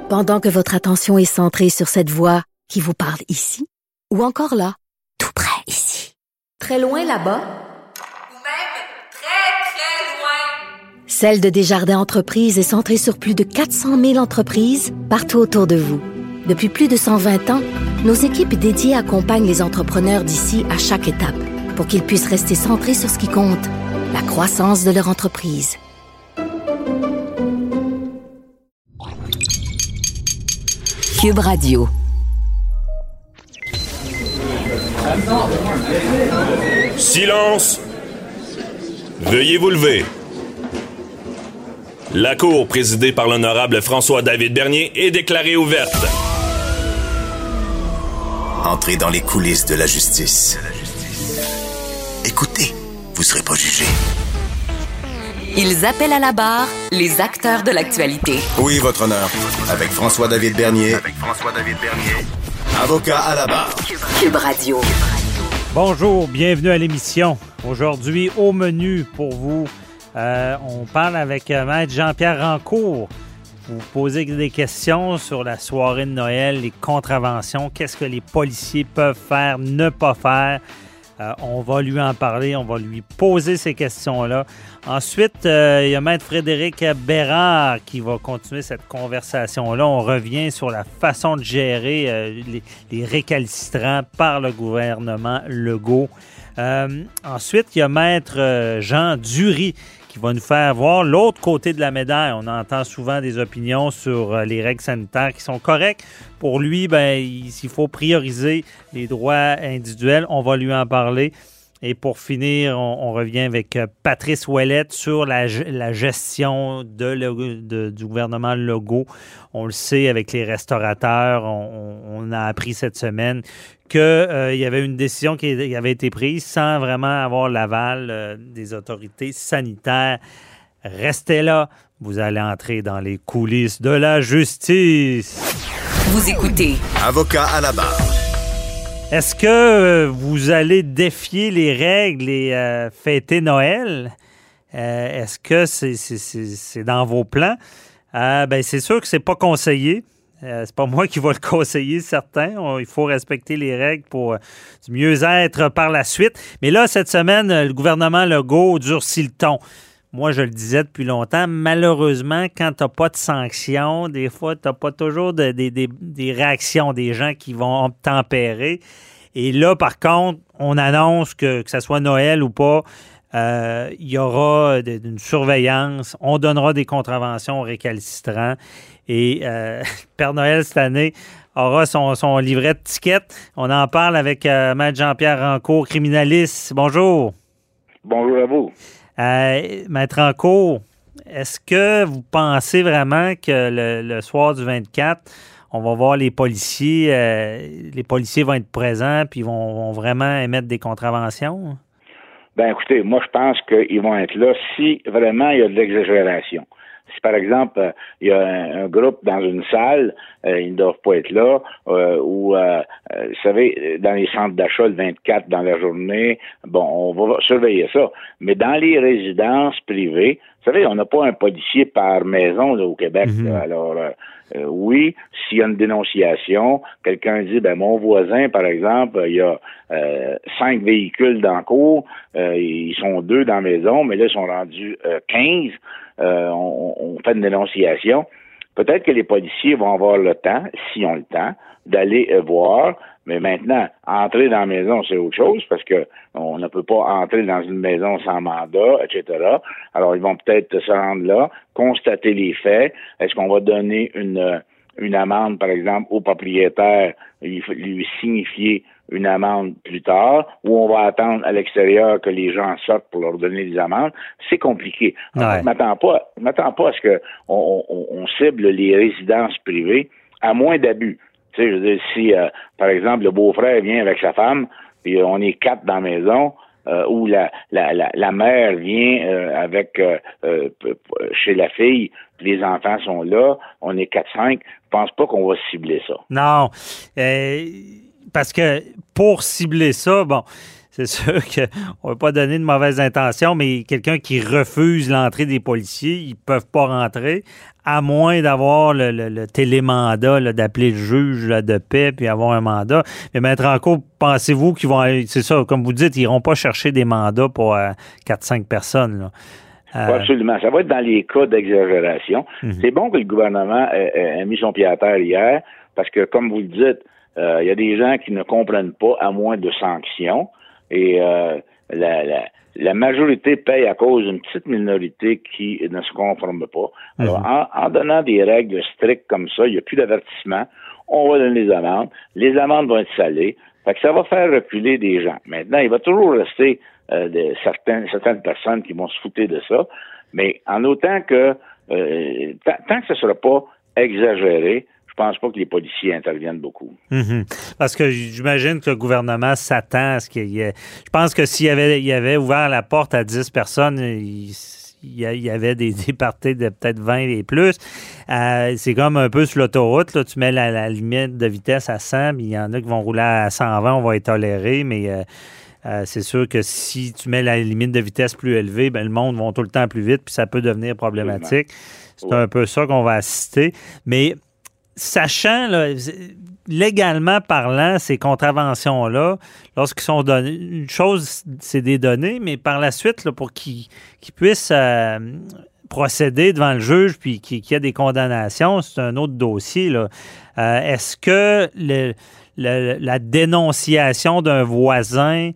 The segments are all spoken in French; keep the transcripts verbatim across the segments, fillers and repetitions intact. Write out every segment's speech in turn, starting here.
Pendant que votre attention est centrée sur cette voix qui vous parle ici, ou encore là, tout près ici, très loin là-bas, ou même très, très loin. Celle de Desjardins Entreprises est centrée sur plus de quatre cent mille entreprises partout autour de vous. Depuis plus de cent vingt ans, nos équipes dédiées accompagnent les entrepreneurs d'ici à chaque étape pour qu'ils puissent rester centrés sur ce qui compte, la croissance de leur entreprise. Cube Radio. Silence! Veuillez vous lever. La Cour, présidée par l'honorable François-David Bernier, est déclarée ouverte. Entrez dans les coulisses de la justice. Écoutez, vous serez pas jugé. Ils appellent à la barre les acteurs de l'actualité. Oui, votre honneur. Avec François-David Bernier. Avec François-David Bernier. Avocat à la barre. Cube Radio. Bonjour, bienvenue à l'émission. Aujourd'hui, au menu pour vous, euh, on parle avec euh, Maître Jean-Pierre Rancourt. Vous posez des questions sur la soirée de Noël, les contraventions, qu'est-ce que les policiers peuvent faire, ne pas faire. Euh, on va lui en parler, on va lui poser ces questions-là. Ensuite, euh, il y a Maître Frédéric Bérard qui va continuer cette conversation-là. On revient sur la façon de gérer euh, les, les récalcitrants par le gouvernement Legault. Euh, ensuite, il y a Maître Jean Dury qui va nous faire voir l'autre côté de la médaille. On entend souvent des opinions sur les règles sanitaires qui sont correctes. Pour lui, ben, il, il faut prioriser les droits individuels. On va lui en parler. Et pour finir, on, on revient avec Patrice Ouellette sur la, la gestion de, le, de, du gouvernement Legault. On le sait, avec les restaurateurs, on, on a appris cette semaine qu'il euh, y avait une décision qui avait été prise sans vraiment avoir l'aval euh, des autorités sanitaires. Restez là, vous allez entrer dans les coulisses de la justice. Vous écoutez Avocat à la barre. Est-ce que euh, vous allez défier les règles et euh, fêter Noël? Euh, est-ce que c'est, c'est, c'est, c'est dans vos plans? Euh, ben, c'est sûr que c'est pas conseillé. Euh, c'est pas moi qui vais le conseiller, certain. On, il faut respecter les règles pour euh, du mieux-être par la suite. Mais là, cette semaine, le gouvernement Legault durcit le ton. Moi, je le disais depuis longtemps, malheureusement, quand tu n'as pas de sanctions, des fois, tu n'as pas toujours de, de, de, des réactions des gens qui vont tempérer. Et là, par contre, on annonce que, que ce soit Noël ou pas, euh, il y aura de, une surveillance, on donnera des contraventions aux récalcitrants. Et euh, Père Noël, cette année, aura son, son livret de tickets. On en parle avec euh, Maître Jean-Pierre Rancourt, criminaliste. Bonjour. Bonjour à vous. Euh, Maître Rancourt, est-ce que vous pensez vraiment que le, le soir du vingt-quatre, on va voir les policiers, euh, les policiers vont être présents puis vont, vont vraiment émettre des contraventions? Ben écoutez, moi je pense qu'ils vont être là si vraiment il y a de l'exagération. Si par exemple, euh, il y a un, un groupe dans une salle, euh, ils ne doivent pas être là, euh, ou, euh, euh, vous savez, dans les centres d'achat, le vingt-quatre dans la journée, bon, on va surveiller ça. Mais dans les résidences privées, vous savez, on n'a pas un policier par maison là, au Québec. Mm-hmm. Là, alors, euh, euh, oui, s'il y a une dénonciation, quelqu'un dit, ben mon voisin, par exemple, il y a euh, cinq véhicules dans le cours, euh, ils sont deux dans la maison, mais là, ils sont rendus euh, quinze. Euh, on, on fait une dénonciation. Peut-être que les policiers vont avoir le temps, s'ils ont le temps, d'aller euh, voir. Mais maintenant, entrer dans la maison, c'est autre chose parce que on ne peut pas entrer dans une maison sans mandat, et cetera. Alors, ils vont peut-être se rendre là, constater les faits. Est-ce qu'on va donner une une amende, par exemple, au propriétaire, lui, lui signifier une amende plus tard, ou on va attendre à l'extérieur que les gens sortent pour leur donner des amendes? C'est compliqué. Ouais. Alors, je m'attends pas, je m'attends pas à ce que on, on, on cible les résidences privées à moins d'abus. Tu sais, je veux dire, si, euh, par exemple, le beau-frère vient avec sa femme, puis on est quatre dans la maison, euh, ou la, la, la, la mère vient euh, avec euh, euh, chez la fille, les enfants sont là, on est quatre cinq, je pense pas qu'on va cibler ça. Non, euh, parce que pour cibler ça, bon, c'est sûr qu'on ne va pas donner de mauvaises intentions, mais quelqu'un qui refuse l'entrée des policiers, ils ne peuvent pas rentrer, à moins d'avoir le, le, le télémandat, là, d'appeler le juge là, de paix puis avoir un mandat. Mais Maître Rancourt, pensez-vous qu'ils vont aller, c'est ça, comme vous dites, ils n'iront pas chercher des mandats pour euh, quatre cinq personnes, là. Euh... Oui, absolument. Ça va être dans les cas d'exagération. Mm-hmm. C'est bon que le gouvernement ait, ait mis son pied à terre hier, parce que, comme vous le dites, il euh, y a des gens qui ne comprennent pas à moins de sanctions. Et euh, la, la, la majorité paye à cause d'une petite minorité qui ne se conforme pas. Alors, mm-hmm. en, en donnant des règles strictes comme ça, il n'y a plus d'avertissement. On va donner les amendes. Les amendes vont être salées. Fait que ça va faire reculer des gens. Maintenant, il va toujours rester euh, de, certaines, certaines personnes qui vont se foutre de ça. Mais en autant que, euh, t- tant que ce ne sera pas exagéré, je pense pas que les policiers interviennent beaucoup. Mm-hmm. Parce que j'imagine que le gouvernement s'attend à ce qu'il y ait... Je pense que s'il y avait, il avait ouvert la porte à dix personnes, il... il y avait des, des parties de peut-être vingt et plus. Euh, c'est comme un peu sur l'autoroute. Là, tu mets la, la limite de vitesse à cent, mais il y en a qui vont rouler à cent vingt, on va être toléré, mais euh, euh, c'est sûr que si tu mets la limite de vitesse plus élevée, ben, le monde va tout le temps plus vite, puis ça peut devenir problématique. C'est ouais. un peu ça qu'on va assister. Mais sachant, là, légalement parlant, ces contraventions-là, lorsqu'ils sont donnés, une chose, c'est des données, mais par la suite, là, pour qu'ils, qu'ils puissent euh, procéder devant le juge puis qu'il, qu'il y ait des condamnations, c'est un autre dossier, là. Euh, est-ce que le, le, la dénonciation d'un voisin,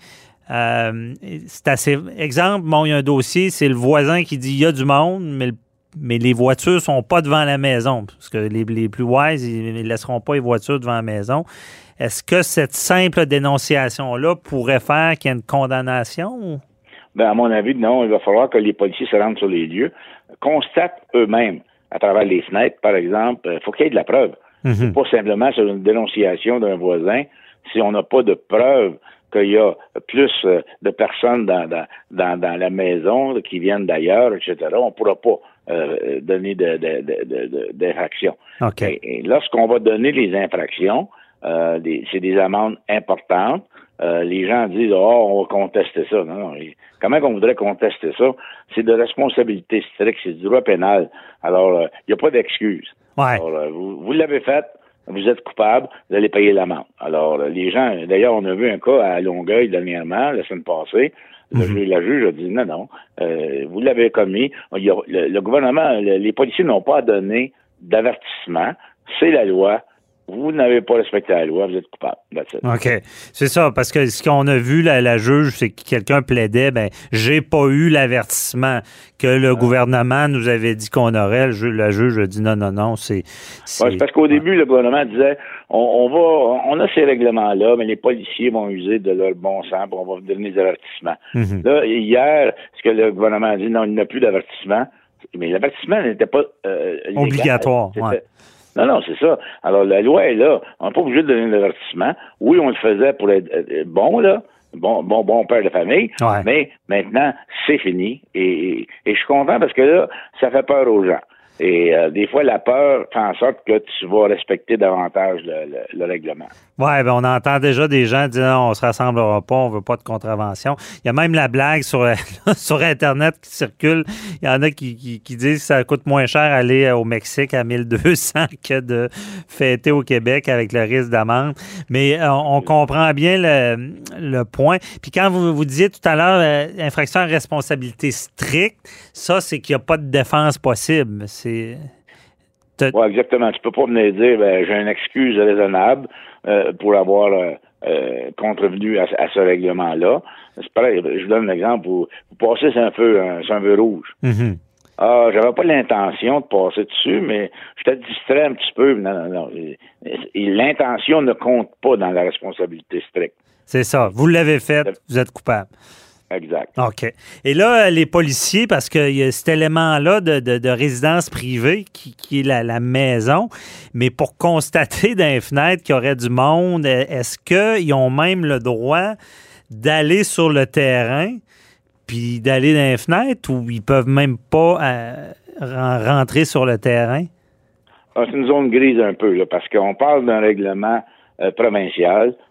euh, c'est assez... Exemple, bon, il y a un dossier, c'est le voisin qui dit « il y a du monde », mais le mais les voitures sont pas devant la maison, parce que les, les plus wise, ils ne laisseront pas les voitures devant la maison. Est-ce que cette simple dénonciation-là pourrait faire qu'il y ait une condamnation? Ben, à mon avis, non. Il va falloir que les policiers se rendent sur les lieux, constatent eux-mêmes, à travers les fenêtres, par exemple, il faut qu'il y ait de la preuve. Mm-hmm. Pas simplement sur une dénonciation d'un voisin, si on n'a pas de preuve qu'il y a plus de personnes dans, dans, dans, dans la maison qui viennent d'ailleurs, et cetera, on ne pourra pas euh, donner de, de, de, de, d'infractions. Okay. Et, et lorsqu'on va donner les infractions, euh, des, c'est des amendes importantes. Euh, les gens disent « oh, on va contester ça ». Non, non. Comment on voudrait contester ça? C'est de responsabilité stricte, c'est du droit pénal. Alors, il euh, n'y a pas d'excuse. Ouais. Alors, euh, vous, vous l'avez fait. Vous êtes coupable, vous allez payer l'amende. Alors, les gens, d'ailleurs, on a vu un cas à Longueuil dernièrement, la semaine passée. Le mm-hmm. juge, la juge a dit non, non, euh, vous l'avez commis. Il y a, le, le gouvernement, le, les policiers n'ont pas à donner d'avertissement. C'est la loi. Vous n'avez pas respecté la loi, vous êtes coupable. That's it. OK. C'est ça, parce que ce qu'on a vu, la, la juge, c'est que quelqu'un plaidait, ben, j'ai pas eu l'avertissement que le ah. gouvernement nous avait dit qu'on aurait. Le juge, la juge a dit non, non, non, c'est... c'est... Ouais, c'est parce qu'au début, le gouvernement disait, on, on va, on a ces règlements-là, mais les policiers vont user de leur bon sens, on va vous donner des avertissements. Mm-hmm. Là, hier, ce que le gouvernement a dit, non, il n'y a plus d'avertissement, mais l'avertissement n'était pas euh, obligatoire. C'était, ouais. Non, non, c'est ça. Alors, la loi est là. On n'est pas obligé de donner l'avertissement. Oui, on le faisait pour être bon, là, bon, bon, bon père de famille, ouais. mais maintenant, c'est fini. Et, et, et je suis content parce que là, ça fait peur aux gens. Et euh, des fois, la peur fait en sorte que tu vas respecter davantage le, le, le règlement. Oui, ben on entend déjà des gens dire non, on se rassemblera pas, on veut pas de contravention. Il y a même la blague sur, sur Internet qui circule. Il y en a qui, qui, qui disent que ça coûte moins cher aller au Mexique à mille deux cents que de fêter au Québec avec le risque d'amende. Mais euh, on comprend bien le, le point. Puis quand vous, vous disiez tout à l'heure, euh, infraction à responsabilité stricte, ça, c'est qu'il n'y a pas de défense possible. C'est Oui, exactement. Tu peux pas venir dire ben, j'ai une excuse raisonnable euh, pour avoir euh, euh, contrevenu à, à ce règlement-là. C'est pareil, je vous donne un exemple. Vous, vous passez sur un feu, un, sur un feu rouge. Mm-hmm. Ah, j'avais pas l'intention de passer dessus, mais je te distrais un petit peu. Non, non, non. Et, et l'intention ne compte pas dans la responsabilité stricte. C'est ça. Vous l'avez fait, vous êtes coupable. Exact. OK. Et là, les policiers, parce qu'il y a cet élément-là de, de, de résidence privée qui, qui est la, la maison, mais pour constater dans les fenêtres qu'il y aurait du monde, est-ce qu'ils ont même le droit d'aller sur le terrain puis d'aller dans les fenêtres ou ils peuvent même pas euh, rentrer sur le terrain? Ah, c'est une zone grise un peu, là, parce qu'on parle d'un règlement euh, provincial.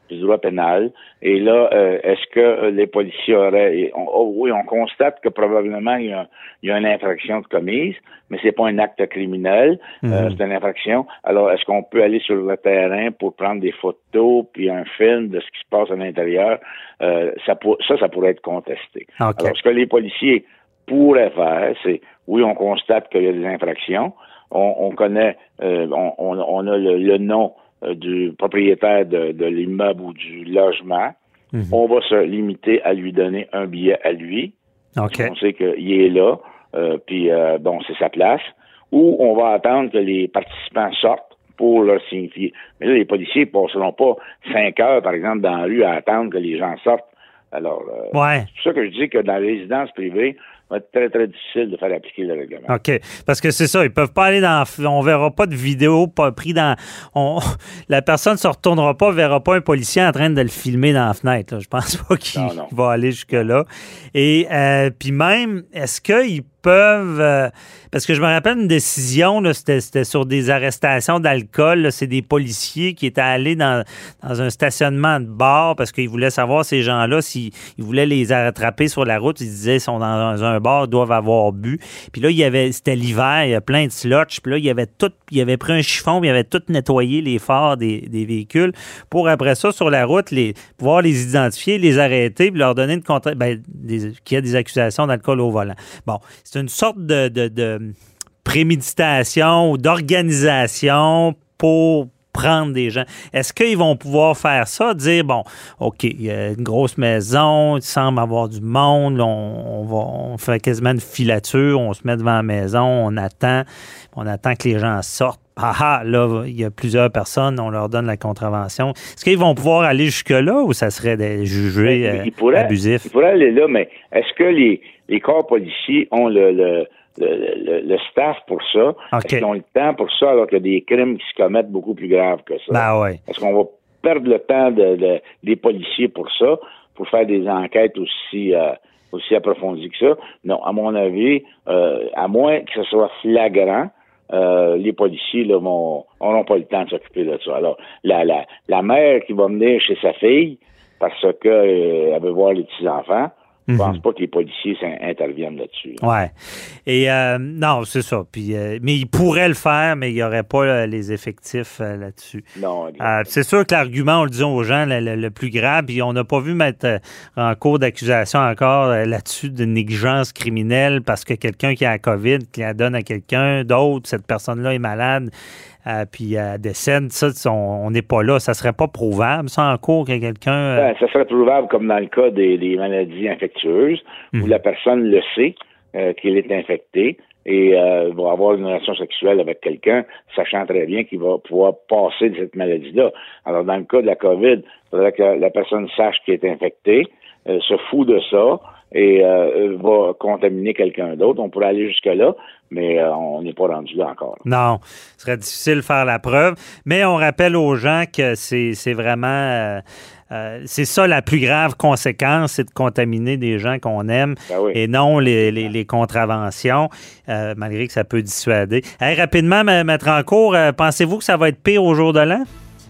du droit pénal. Et là, euh, est-ce que les policiers auraient... On, oh, oui, on constate que probablement il y a, il y a une infraction de commise, mais c'est pas un acte criminel, mm-hmm. euh, c'est une infraction. Alors, est-ce qu'on peut aller sur le terrain pour prendre des photos puis un film de ce qui se passe à l'intérieur? Euh, ça, pour, ça, ça pourrait être contesté. Okay. Alors, ce que les policiers pourraient faire, c'est, oui, on constate qu'il y a des infractions, on, on connaît, euh, on, on, on a le, le nom euh, du propriétaire de, de l'immeuble ou du logement, mm-hmm. on va se limiter à lui donner un billet à lui. Okay. On sait qu'il est là, euh, puis euh, bon, c'est sa place. Ou on va attendre que les participants sortent pour leur signifier. Mais là, les policiers ne passeront pas cinq heures, par exemple, dans la rue à attendre que les gens sortent. Alors, euh, ouais. c'est pour ça que je dis que dans les résidences privées, ça va être très, très difficile de faire appliquer le règlement. OK. Parce que c'est ça, ils peuvent pas aller dans... On verra pas de vidéo pas pris dans... On, la personne ne se retournera pas, verra pas un policier en train de le filmer dans la fenêtre. Là. Je pense pas qu'il non, non. va aller jusque-là. Et euh, puis même, est-ce qu'ils peuvent... Euh, parce que je me rappelle une décision, là, c'était, c'était sur des arrestations d'alcool. Là, c'est des policiers qui étaient allés dans, dans un stationnement de bar parce qu'ils voulaient savoir, ces gens-là, s'ils ils voulaient les attraper sur la route. Ils disaient qu'ils sont dans un bar, ils doivent avoir bu. Puis là, il y avait, c'était l'hiver, il y a plein de slotch. Puis là, il y avait tout, il avait pris un chiffon, puis il avait tout nettoyé les phares des, des véhicules pour après ça, sur la route, les, pouvoir les identifier, les arrêter, puis leur donner une contre... ben, des, qu'il y a des accusations d'alcool au volant. Bon, c'est une sorte de, de, de préméditation ou d'organisation pour prendre des gens. Est-ce qu'ils vont pouvoir faire ça, dire, bon, OK, il y a une grosse maison, il semble avoir du monde, on, on, va, on fait quasiment une filature, on se met devant la maison, on attend, on attend que les gens sortent. Ah ah, là, il y a plusieurs personnes, on leur donne la contravention. Est-ce qu'ils vont pouvoir aller jusque-là ou ça serait des jugés euh, ils pourraient, abusifs? Ils pourraient aller là, mais est-ce que les, les corps policiers ont le... le Le, le, le staff pour ça? Okay. Est-ce qu'ils ont le temps pour ça alors qu'il y a des crimes qui se commettent beaucoup plus graves que ça? Ben ouais. Est-ce qu'on va perdre le temps de, de, des policiers pour ça, pour faire des enquêtes aussi, euh, aussi approfondies que ça? Non, à mon avis, euh, à moins que ce soit flagrant, euh, les policiers là, vont n'auront pas le temps de s'occuper de ça. Alors, la, la, la mère qui va venir chez sa fille parce que euh, elle veut voir les petits-enfants, je ne pense pas que les policiers interviennent là-dessus. Là. Oui. Et euh, non, c'est ça. Puis, euh, mais ils pourraient le faire, mais il n'y aurait pas euh, les effectifs euh, là-dessus. Non. Euh, c'est sûr que l'argument, on le dit aux gens, le, le, le plus grave, puis on n'a pas vu mettre euh, en cours d'accusation encore euh, là-dessus de négligence criminelle parce que quelqu'un qui a la COVID, qui la donne à quelqu'un d'autre, cette personne-là est malade, euh, puis elle euh, décède, ça, on n'est pas là. Ça serait pas prouvable, ça, en cours, que quelqu'un... Euh... Ben, ça serait prouvable comme dans le cas des, des maladies infectieuses, mmh. où la personne le sait euh, qu'il est infecté et euh, va avoir une relation sexuelle avec quelqu'un, sachant très bien qu'il va pouvoir passer de cette maladie-là. Alors, dans le cas de la COVID, il faudrait que la personne sache qu'il est infecté, euh, se fout de ça et euh, va contaminer quelqu'un d'autre. On pourrait aller jusque-là, mais euh, on n'est pas rendu là encore. Non, ce serait difficile de faire la preuve, mais on rappelle aux gens que c'est, c'est vraiment... Euh, euh, c'est ça la plus grave conséquence, c'est de contaminer des gens qu'on aime ben oui. et non les, les, les contraventions, euh, malgré que ça peut dissuader. Hey, rapidement, Maître Rancourt, euh, pensez-vous que ça va être pire au jour de l'an?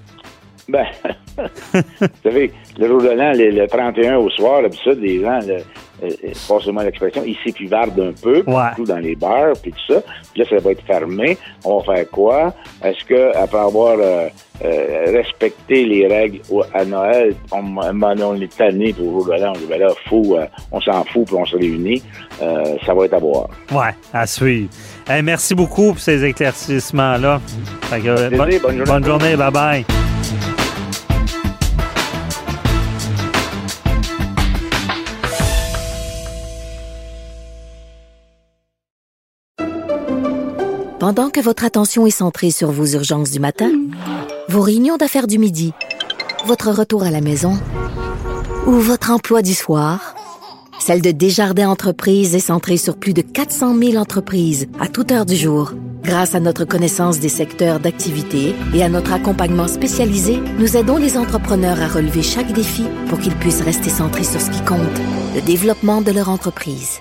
Ben, vous savez, le jour de l'an, le, le trente et un au soir, là, puis ça, des gens, là, euh, passez-moi l'expression, ils s'épivardent un peu, ouais. Tout dans les bars, puis tout ça. Puis là, ça va être fermé. On va faire quoi? Est-ce que, après avoir euh, euh, respecté les règles à Noël, on, on est tanné pour le jour de l'an, on dit, ben là, fou, euh, on s'en fout, puis on se réunit. Euh, ça va être à voir. Ouais, à suivre. Hey, merci beaucoup pour ces éclaircissements-là. Fait que, bonne, bonne journée. Bonne journée, bye-bye. Pendant que votre attention est centrée sur vos urgences du matin, vos réunions d'affaires du midi, votre retour à la maison ou votre emploi du soir, celle de Desjardins Entreprises est centrée sur plus de quatre cent mille entreprises à toute heure du jour. Grâce à notre connaissance des secteurs d'activité et à notre accompagnement spécialisé, nous aidons les entrepreneurs à relever chaque défi pour qu'ils puissent rester centrés sur ce qui compte, le développement de leur entreprise.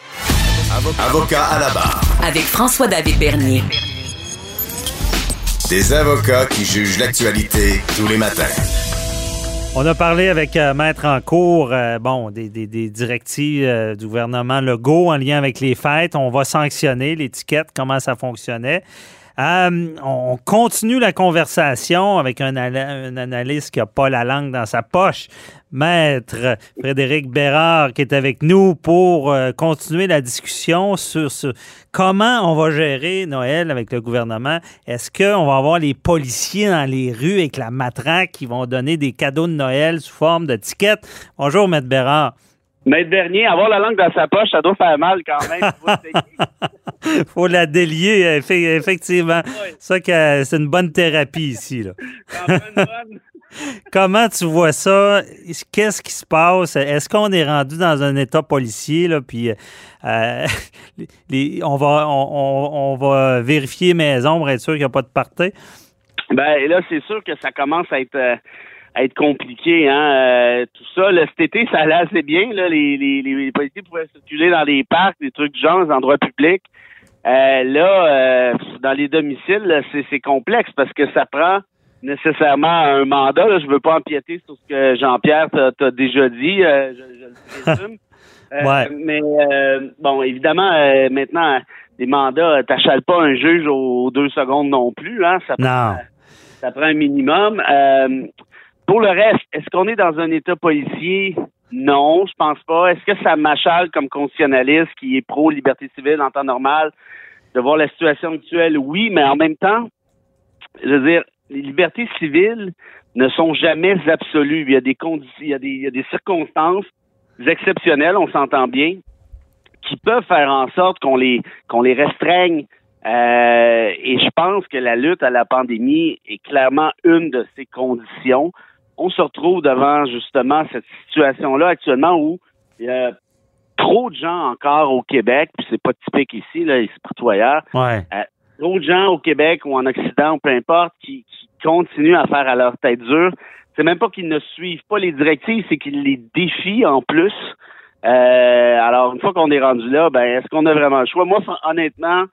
Avocat à la barre. Avec François-David Bernier. Des avocats qui jugent l'actualité tous les matins. On a parlé avec euh, Maître Rancourt, euh, bon, des, des, des directives euh, du gouvernement Legault en lien avec les fêtes. On va sanctionner l'étiquette, comment ça fonctionnait. Euh, on continue la conversation avec un, un analyste qui n'a pas la langue dans sa poche, Maître Frédéric Bérard, qui est avec nous pour euh, continuer la discussion sur ce, comment on va gérer Noël avec le gouvernement. Est-ce qu'on va avoir les policiers dans les rues avec la matraque qui vont donner des cadeaux de Noël sous forme de tickets? Bonjour, Maître Bérard. Maître Bernier, avoir la langue dans sa poche, ça doit faire mal quand même. Faut la délier, effectivement. Oui. Ça que c'est une bonne thérapie ici, là. Quand même bonne. Comment tu vois ça? Qu'est-ce qui se passe? Est-ce qu'on est rendu dans un état policier, là, puis euh, les, on va on, on, on va vérifier maison pour être sûr qu'il n'y a pas de party? Ben là, c'est sûr que ça commence à être euh, à être compliqué, hein. Euh, tout ça, là, cet été, ça allait assez bien. Là, les, les, les policiers pouvaient circuler dans les parcs, des trucs du genre, des endroits publics. Euh, là, euh, dans les domiciles, là, c'est, c'est complexe parce que ça prend nécessairement un mandat. Là. Je veux pas empiéter sur ce que Jean-Pierre t'a, t'a déjà dit. Euh, je, je le présume. Euh, ouais. Mais euh, bon, évidemment, euh, maintenant, les mandats, t'achales pas un juge aux, aux deux secondes non plus. Hein. Ça non. Prend, ça prend un minimum. Euh, Pour le reste, est-ce qu'on est dans un état policier? Non, je pense pas. Est-ce que ça m'achale comme constitutionnaliste qui est pro-liberté civile en temps normal de voir la situation actuelle? Oui, mais en même temps, je veux dire, les libertés civiles ne sont jamais absolues. Il y a des conditions, il y a des, il y a des circonstances exceptionnelles, on s'entend bien, qui peuvent faire en sorte qu'on les, qu'on les restreigne. Euh, et je pense que la lutte à la pandémie est clairement une de ces conditions. On se retrouve devant justement cette situation-là actuellement où il y a trop de gens encore au Québec, puis c'est pas typique ici, là, c'est partout ailleurs. Ouais. Euh, trop de gens au Québec ou en Occident ou peu importe qui, qui continuent à faire à leur tête dure. C'est même pas qu'ils ne suivent pas les directives, c'est qu'ils les défient en plus. Euh, alors une fois qu'on est rendu là, ben est-ce qu'on a vraiment le choix? Moi, honnêtement,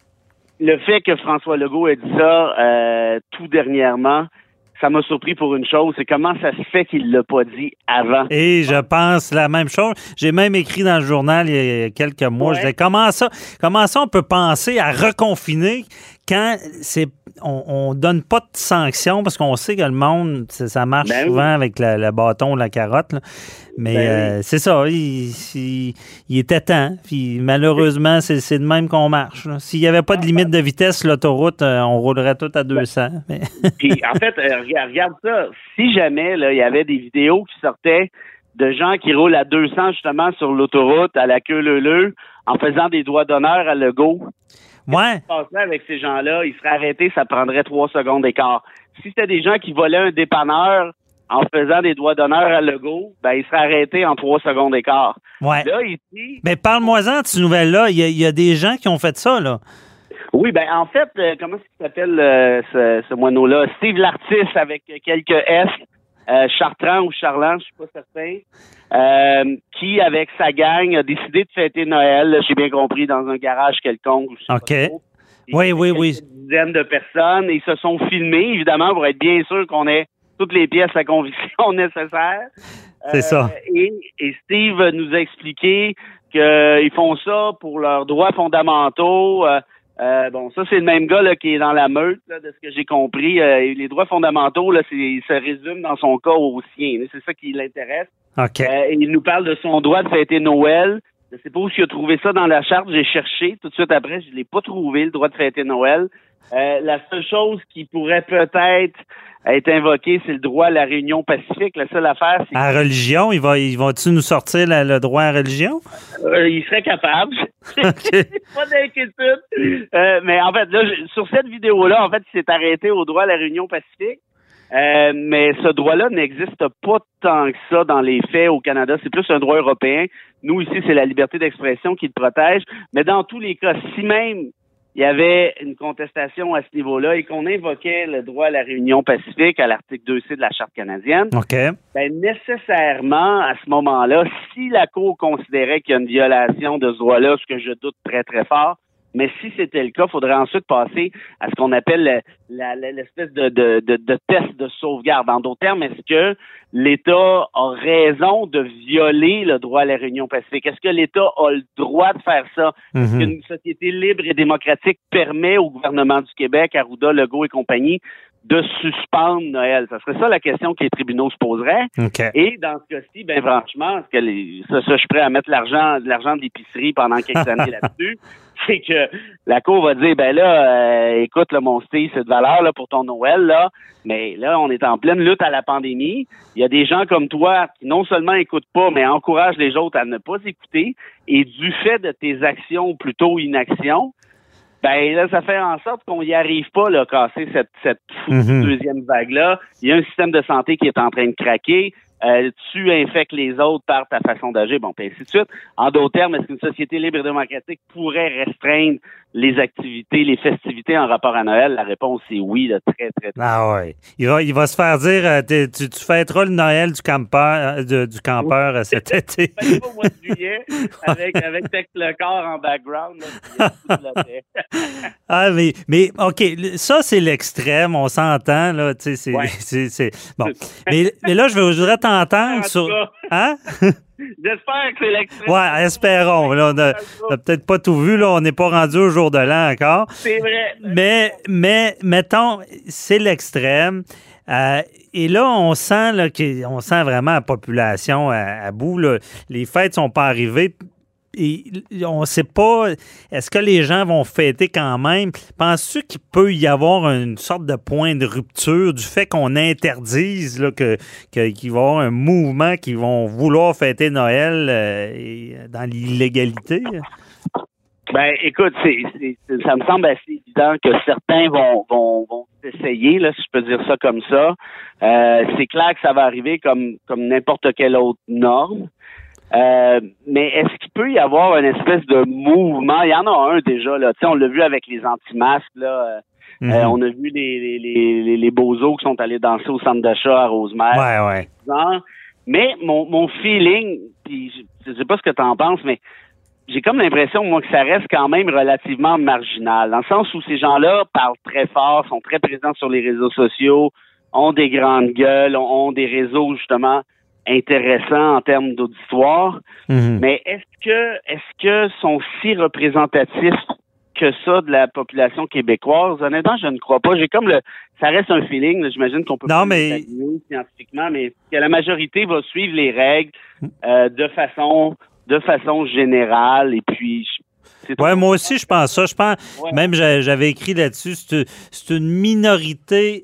le fait que François Legault ait dit ça euh, tout dernièrement, ça m'a surpris pour une chose, c'est comment ça se fait qu'il l'a pas dit avant. Et je pense la même chose. J'ai même écrit dans le journal il y a quelques mois, ouais. Je disais comment ça, comment ça on peut penser à reconfiner quand c'est on, on donne pas de sanctions parce qu'on sait que le monde, ça marche ben souvent oui. avec le, le bâton ou la carotte. Là. Mais ben euh, oui. c'est ça, il, il, il était temps. Puis malheureusement, c'est, c'est de même qu'on marche. Là. S'il n'y avait pas de limite de vitesse sur l'autoroute, on roulerait tout à deux cents. Ben. Mais... Puis en fait, euh, regarde ça. Si jamais là, il y avait des vidéos qui sortaient de gens qui roulent à deux cents justement sur l'autoroute à la queue leu-leu en faisant des doigts d'honneur à Legault. Ouais. Ce qui se passerait avec ces gens-là, ils seraient arrêtés, ça prendrait trois secondes d'écart. Si c'était des gens qui volaient un dépanneur en faisant des doigts d'honneur à Legault, ben ils seraient arrêtés en trois secondes d'écart. Ouais. Là, ici... Mais parle-moi-en de ces nouvelles-là. Il y, a, il y a des gens qui ont fait ça, là. Oui, ben en fait, euh, comment est-ce qu'il s'appelle euh, ce, ce moineau-là? Steve Lartis avec quelques S, euh, Chartrand ou Charland, je suis pas certain, euh, qui, avec sa gang, a décidé de fêter Noël, là, j'ai bien compris, dans un garage quelconque. Je sais OK. pas trop. Oui, oui, oui. Une dizaine de personnes. Et ils se sont filmés, évidemment, pour être bien sûr qu'on ait toutes les pièces à conviction nécessaires. C'est euh, ça. Et, et Steve nous a expliqué qu'ils font ça pour leurs droits fondamentaux. Euh, euh, bon, ça, c'est le même gars là, qui est dans la meute, là, de ce que j'ai compris. Euh, les droits fondamentaux, là, c'est, ils se résument dans son cas aux siens. C'est ça qui l'intéresse. OK. Euh, et il nous parle de son droit de fêter Noël. Je sais pas où il a trouvé ça dans la charte. J'ai cherché tout de suite après. Je l'ai pas trouvé, le droit de fêter Noël. Euh, la seule chose qui pourrait peut-être être invoquée, c'est le droit à la réunion pacifique. La seule affaire, c'est... À la religion? Ils vont, ils vont-tu nous sortir la, le droit à la religion? Euh, il serait capable. Okay. Pas d'inquiétude. Euh, mais en fait, là, sur cette vidéo-là, en fait, il s'est arrêté au droit à la réunion pacifique. Euh, mais ce droit-là n'existe pas tant que ça dans les faits au Canada. C'est plus un droit européen. Nous, ici, c'est la liberté d'expression qui le protège. Mais dans tous les cas, si même il y avait une contestation à ce niveau-là et qu'on invoquait le droit à la réunion pacifique à l'article deux C de la Charte canadienne, okay. ben nécessairement, à ce moment-là, si la Cour considérait qu'il y a une violation de ce droit-là, ce que je doute très, très fort, Mais si c'était le cas, il faudrait ensuite passer à ce qu'on appelle le, la, la, l'espèce de, de, de, de test de sauvegarde. En d'autres termes, est-ce que l'État a raison de violer le droit à la réunion pacifique? Est-ce que l'État a le droit de faire ça? Mm-hmm. Est-ce qu'une société libre et démocratique permet au gouvernement du Québec, Arruda, Legault et compagnie, de suspendre Noël? Ça serait ça la question que les tribunaux se poseraient. Okay. Et dans ce cas-ci, ben franchement, est-ce que les, ça, ça, je suis prêt à mettre l'argent, de l'argent de l'épicerie pendant quelques années là-dessus. C'est que la Cour va dire, ben là, euh, écoute, là, mon Steve, c'est de valeur là, pour ton Noël, là, mais là, on est en pleine lutte à la pandémie. Il y a des gens comme toi qui non seulement écoutent pas, mais encouragent les autres à ne pas écouter. Et du fait de tes actions ou plutôt inactions, ben là, ça fait en sorte qu'on n'y arrive pas là, à casser cette, cette foutue mm-hmm. deuxième vague-là. Il y a un système de santé qui est en train de craquer. Euh, tu infectes les autres par ta façon d'agir, bon, puis ainsi de suite. En d'autres termes, est-ce qu'une société libre et démocratique pourrait restreindre les activités, les festivités en rapport à Noël? La réponse est oui, là, très, très, très. Ah oui. Il va, il va se faire dire, euh, tu, tu fêteras le Noël du campeur, euh, de, du campeur euh, cet été. Fais pas au mois de juillet, avec, avec Texte le corps en background. Là, ah, mais, mais, OK, ça, c'est l'extrême, on s'entend, là, tu sais, c'est, ouais. c'est, c'est, bon. mais, mais là, je voudrais t'entendre sur... Hein? J'espère que c'est l'extrême. Ouais, espérons. Là, on n'a peut-être pas tout vu. Là, on n'est pas rendu au jour de l'an encore. C'est vrai. Mais, mais mettons, c'est l'extrême. Euh, et là, on sent là, qu'on sent vraiment la population à, à bout. Là. Les fêtes sont pas arrivées. Et on ne sait pas, est-ce que les gens vont fêter quand même? Penses-tu qu'il peut y avoir une sorte de point de rupture du fait qu'on interdise, là, que, que, qu'il va y avoir un mouvement qui vont vouloir fêter Noël euh, et, dans l'illégalité? Ben, écoute, c'est, c'est, ça me semble assez évident que certains vont, vont, vont essayer, là, si je peux dire ça comme ça. Euh, c'est clair que ça va arriver comme, comme n'importe quelle autre norme. Euh, mais est-ce qu'il peut y avoir une espèce de mouvement? Il y en a un déjà, là. Tu sais, on l'a vu avec les anti-masques, là. Mm-hmm. Euh, on a vu les, les, les, les bozos qui sont allés danser au centre d'achat à Rosemère. Ouais, ouais. Genre. Mais mon, mon feeling, puis je sais pas ce que t'en penses, mais j'ai comme l'impression, moi, que ça reste quand même relativement marginal. Dans le sens où ces gens-là parlent très fort, sont très présents sur les réseaux sociaux, ont des grandes gueules, ont, ont des réseaux, justement, intéressant en termes d'auditoire, mm-hmm. mais est-ce que est-ce que sont si représentatifs que ça de la population québécoise? Honnêtement, je ne crois pas. J'ai comme le ça reste un feeling, là, j'imagine qu'on peut non, pas mais... scientifiquement, mais que la majorité va suivre les règles euh, de façon de façon générale et puis c'est ouais, moi aussi je pense ça. Je pense ouais. Même j'avais écrit là-dessus, c'est, c'est une minorité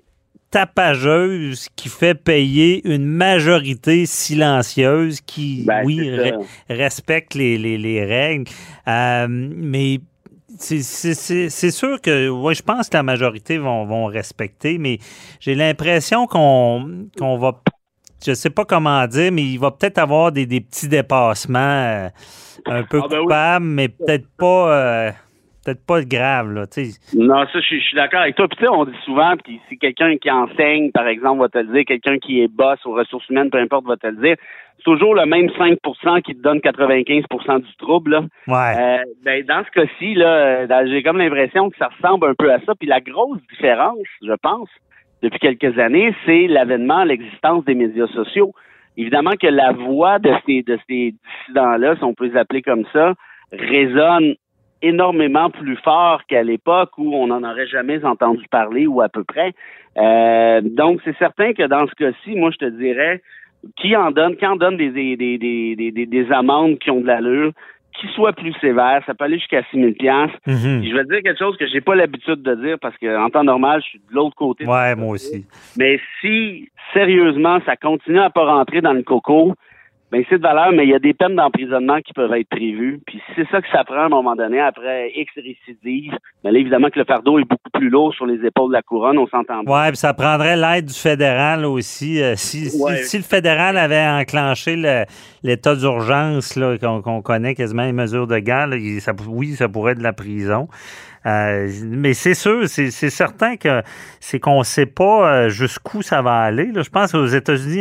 tapageuse qui fait payer une majorité silencieuse qui, ben, oui, re- respecte les, les, les règles. Euh, mais c'est, c'est, c'est, c'est sûr que, ouais, je pense que la majorité vont, vont respecter, mais j'ai l'impression qu'on, qu'on va, je sais pas comment dire, mais il va peut-être avoir des, des petits dépassements euh, un peu ah ben coupables, oui. mais peut-être pas... Euh, peut-être pas grave, là, tu sais. Non, ça, je suis d'accord avec toi. Puis, tu sais, on dit souvent, puis c'est quelqu'un qui enseigne, par exemple, va te le dire, quelqu'un qui est boss aux ressources humaines, peu importe, va te le dire, c'est toujours le même cinq pour cent qui te donne quatre-vingt-quinze pour cent du trouble, là. Ouais. Euh, ben, dans ce cas-ci, là, dans, j'ai comme l'impression que ça ressemble un peu à ça. Puis la grosse différence, je pense, depuis quelques années, c'est l'avènement, l'existence des médias sociaux. Évidemment que la voix de ces, de ces dissidents-là, si on peut les appeler comme ça, résonne énormément plus fort qu'à l'époque où on n'en aurait jamais entendu parler ou à peu près. Euh, donc, c'est certain que dans ce cas-ci, moi, je te dirais, qui en donne, qui en donne des, des, des, des, des, des amendes qui ont de l'allure, qui soit plus sévère, ça peut aller jusqu'à six mille dollars. Mm-hmm. Je vais te dire quelque chose que j'ai pas l'habitude de dire parce qu'en temps normal, je suis de l'autre côté. Ouais, moi aussi. Mais si, sérieusement, ça continue à pas rentrer dans le coco, ben c'est de valeur, mais il y a des peines d'emprisonnement qui peuvent être prévues. Puis c'est ça que ça prend à un moment donné, après X récidive. Mais là, évidemment que le fardeau est beaucoup plus lourd sur les épaules de la couronne, on s'entend bien. Oui, puis ça prendrait l'aide du fédéral aussi. Euh, si, ouais. si, si le fédéral avait enclenché le, l'état d'urgence là, qu'on, qu'on connaît quasiment les mesures de guerre, là, ça, oui, ça pourrait être de la prison. Euh, mais c'est sûr, c'est, c'est certain que c'est qu'on ne sait pas jusqu'où ça va aller. Là. Je pense qu'aux États-Unis,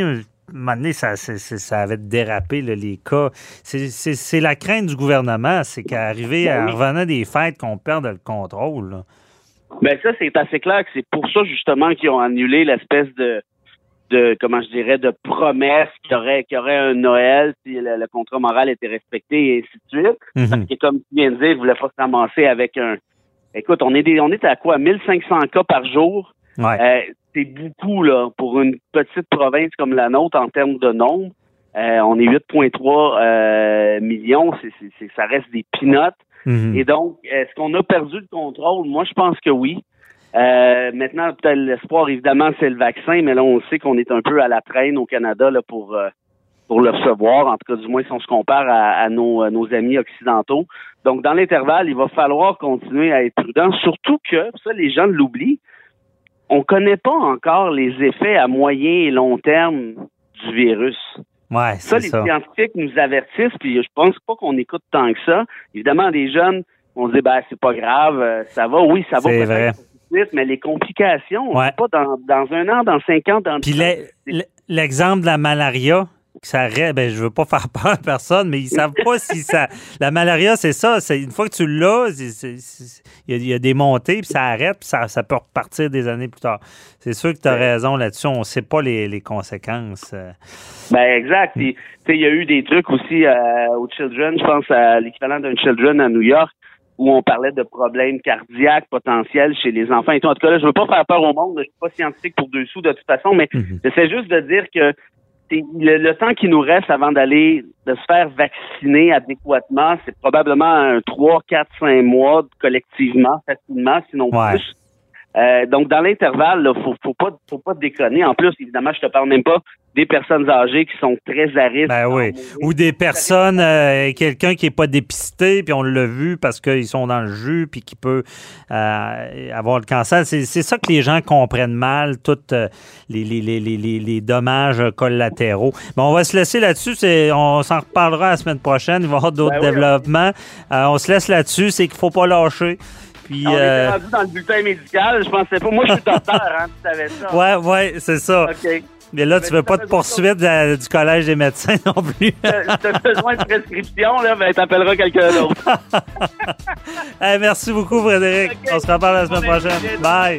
un moment donné, ça, c'est, c'est, ça avait dérapé, là, les cas. C'est, c'est, c'est la crainte du gouvernement, c'est qu'arriver à revenant des fêtes, qu'on perde le contrôle. Là. Ben ça, c'est assez clair que c'est pour ça, justement, qu'ils ont annulé l'espèce de, de comment je dirais, de promesse qu'il y aurait, qu'il y aurait un Noël si le, le contrat moral était respecté et ainsi de suite. Mm-hmm. Parce que, comme tu viens de dire, ils ne voulaient pas se ramasser avec un... Écoute, on est des, on est à quoi? mille cinq cents cas par jour. Ouais. Euh, c'est beaucoup, là, pour une petite province comme la nôtre en termes de nombre. Euh, on est huit virgule trois euh, millions. C'est, c'est, c'est, ça reste des peanuts. Mm-hmm. Et donc, est-ce qu'on a perdu le contrôle? Moi, je pense que oui. Euh, maintenant, peut-être l'espoir, évidemment, c'est le vaccin, mais là, on sait qu'on est un peu à la traîne au Canada là, pour euh, pour le recevoir, en tout cas, du moins, si on se compare à, à, nos, à nos amis occidentaux. Donc, dans l'intervalle, il va falloir continuer à être prudent, surtout que, ça, les gens l'oublient, on connaît pas encore les effets à moyen et long terme du virus. Ouais, ça, c'est les ça. scientifiques nous avertissent, puis je pense pas qu'on écoute tant que ça. Évidemment, les jeunes, on se dit, ben, c'est pas grave, ça va, oui, ça va c'est peut-être vrai. Vite, mais les complications, ouais. c'est pas dans, dans un an, dans cinq ans, dans Puis le, l'exemple de la malaria, ça ben, je veux pas faire peur à personne, mais ils savent pas si ça... La malaria, c'est ça. C'est, une fois que tu l'as, il y, y a des montées, puis ça arrête, puis ça, ça peut repartir des années plus tard. C'est sûr que tu as ouais. raison là-dessus. On sait pas les, les conséquences. Ben exact. Il y a eu des trucs aussi euh, au Children, je pense à l'équivalent d'un Children à New York, où on parlait de problèmes cardiaques potentiels chez les enfants. Et tout. En tout cas, là, je veux pas faire peur au monde. Je suis pas scientifique pour deux sous de toute façon, mais mm-hmm. j'essaie juste de dire que c'est le, le temps qui nous reste avant d'aller de se faire vacciner adéquatement, c'est probablement un trois, quatre, cinq mois collectivement, facilement, sinon ouais. plus. Euh, donc, dans l'intervalle, là, faut, faut pas, faut pas déconner. En plus, évidemment, je te parle même pas des personnes âgées qui sont très à risque. Ben oui. Ou des personnes, euh, quelqu'un qui est pas dépisté, puis on l'a vu parce qu'ils sont dans le jus, puis qui peut euh, avoir le cancer. C'est, c'est ça que les gens comprennent mal, tous euh, les, les, les, les, les dommages collatéraux. Mais on va se laisser là-dessus. C'est, on s'en reparlera la semaine prochaine. Il va y avoir d'autres ben oui, développements. Euh, on se laisse là-dessus. C'est qu'il faut pas lâcher. Puis, on euh... était rendu dans le bulletin médical, je pensais pas. Moi, je suis docteur, hein, tu savais ça. Ouais, ouais, c'est ça. OK. Mais là, tu veux pas de poursuite de, du Collège des médecins non plus. Tu as besoin de prescription, là, ben, t'appelleras quelqu'un d'autre. Hey, merci beaucoup, Frédéric. Okay. On se reparle la semaine bon, prochaine. Bye.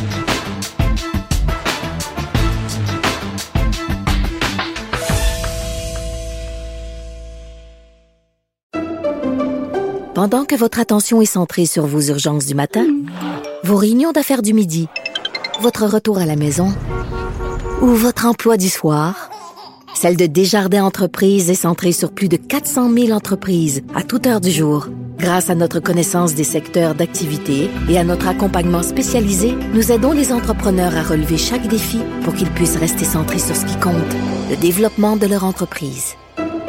Pendant que votre attention est centrée sur vos urgences du matin, vos réunions d'affaires du midi, votre retour à la maison ou votre emploi du soir, celle de Desjardins Entreprises est centrée sur plus de quatre cent mille entreprises à toute heure du jour. Grâce à notre connaissance des secteurs d'activité et à notre accompagnement spécialisé, nous aidons les entrepreneurs à relever chaque défi pour qu'ils puissent rester centrés sur ce qui compte, le développement de leur entreprise.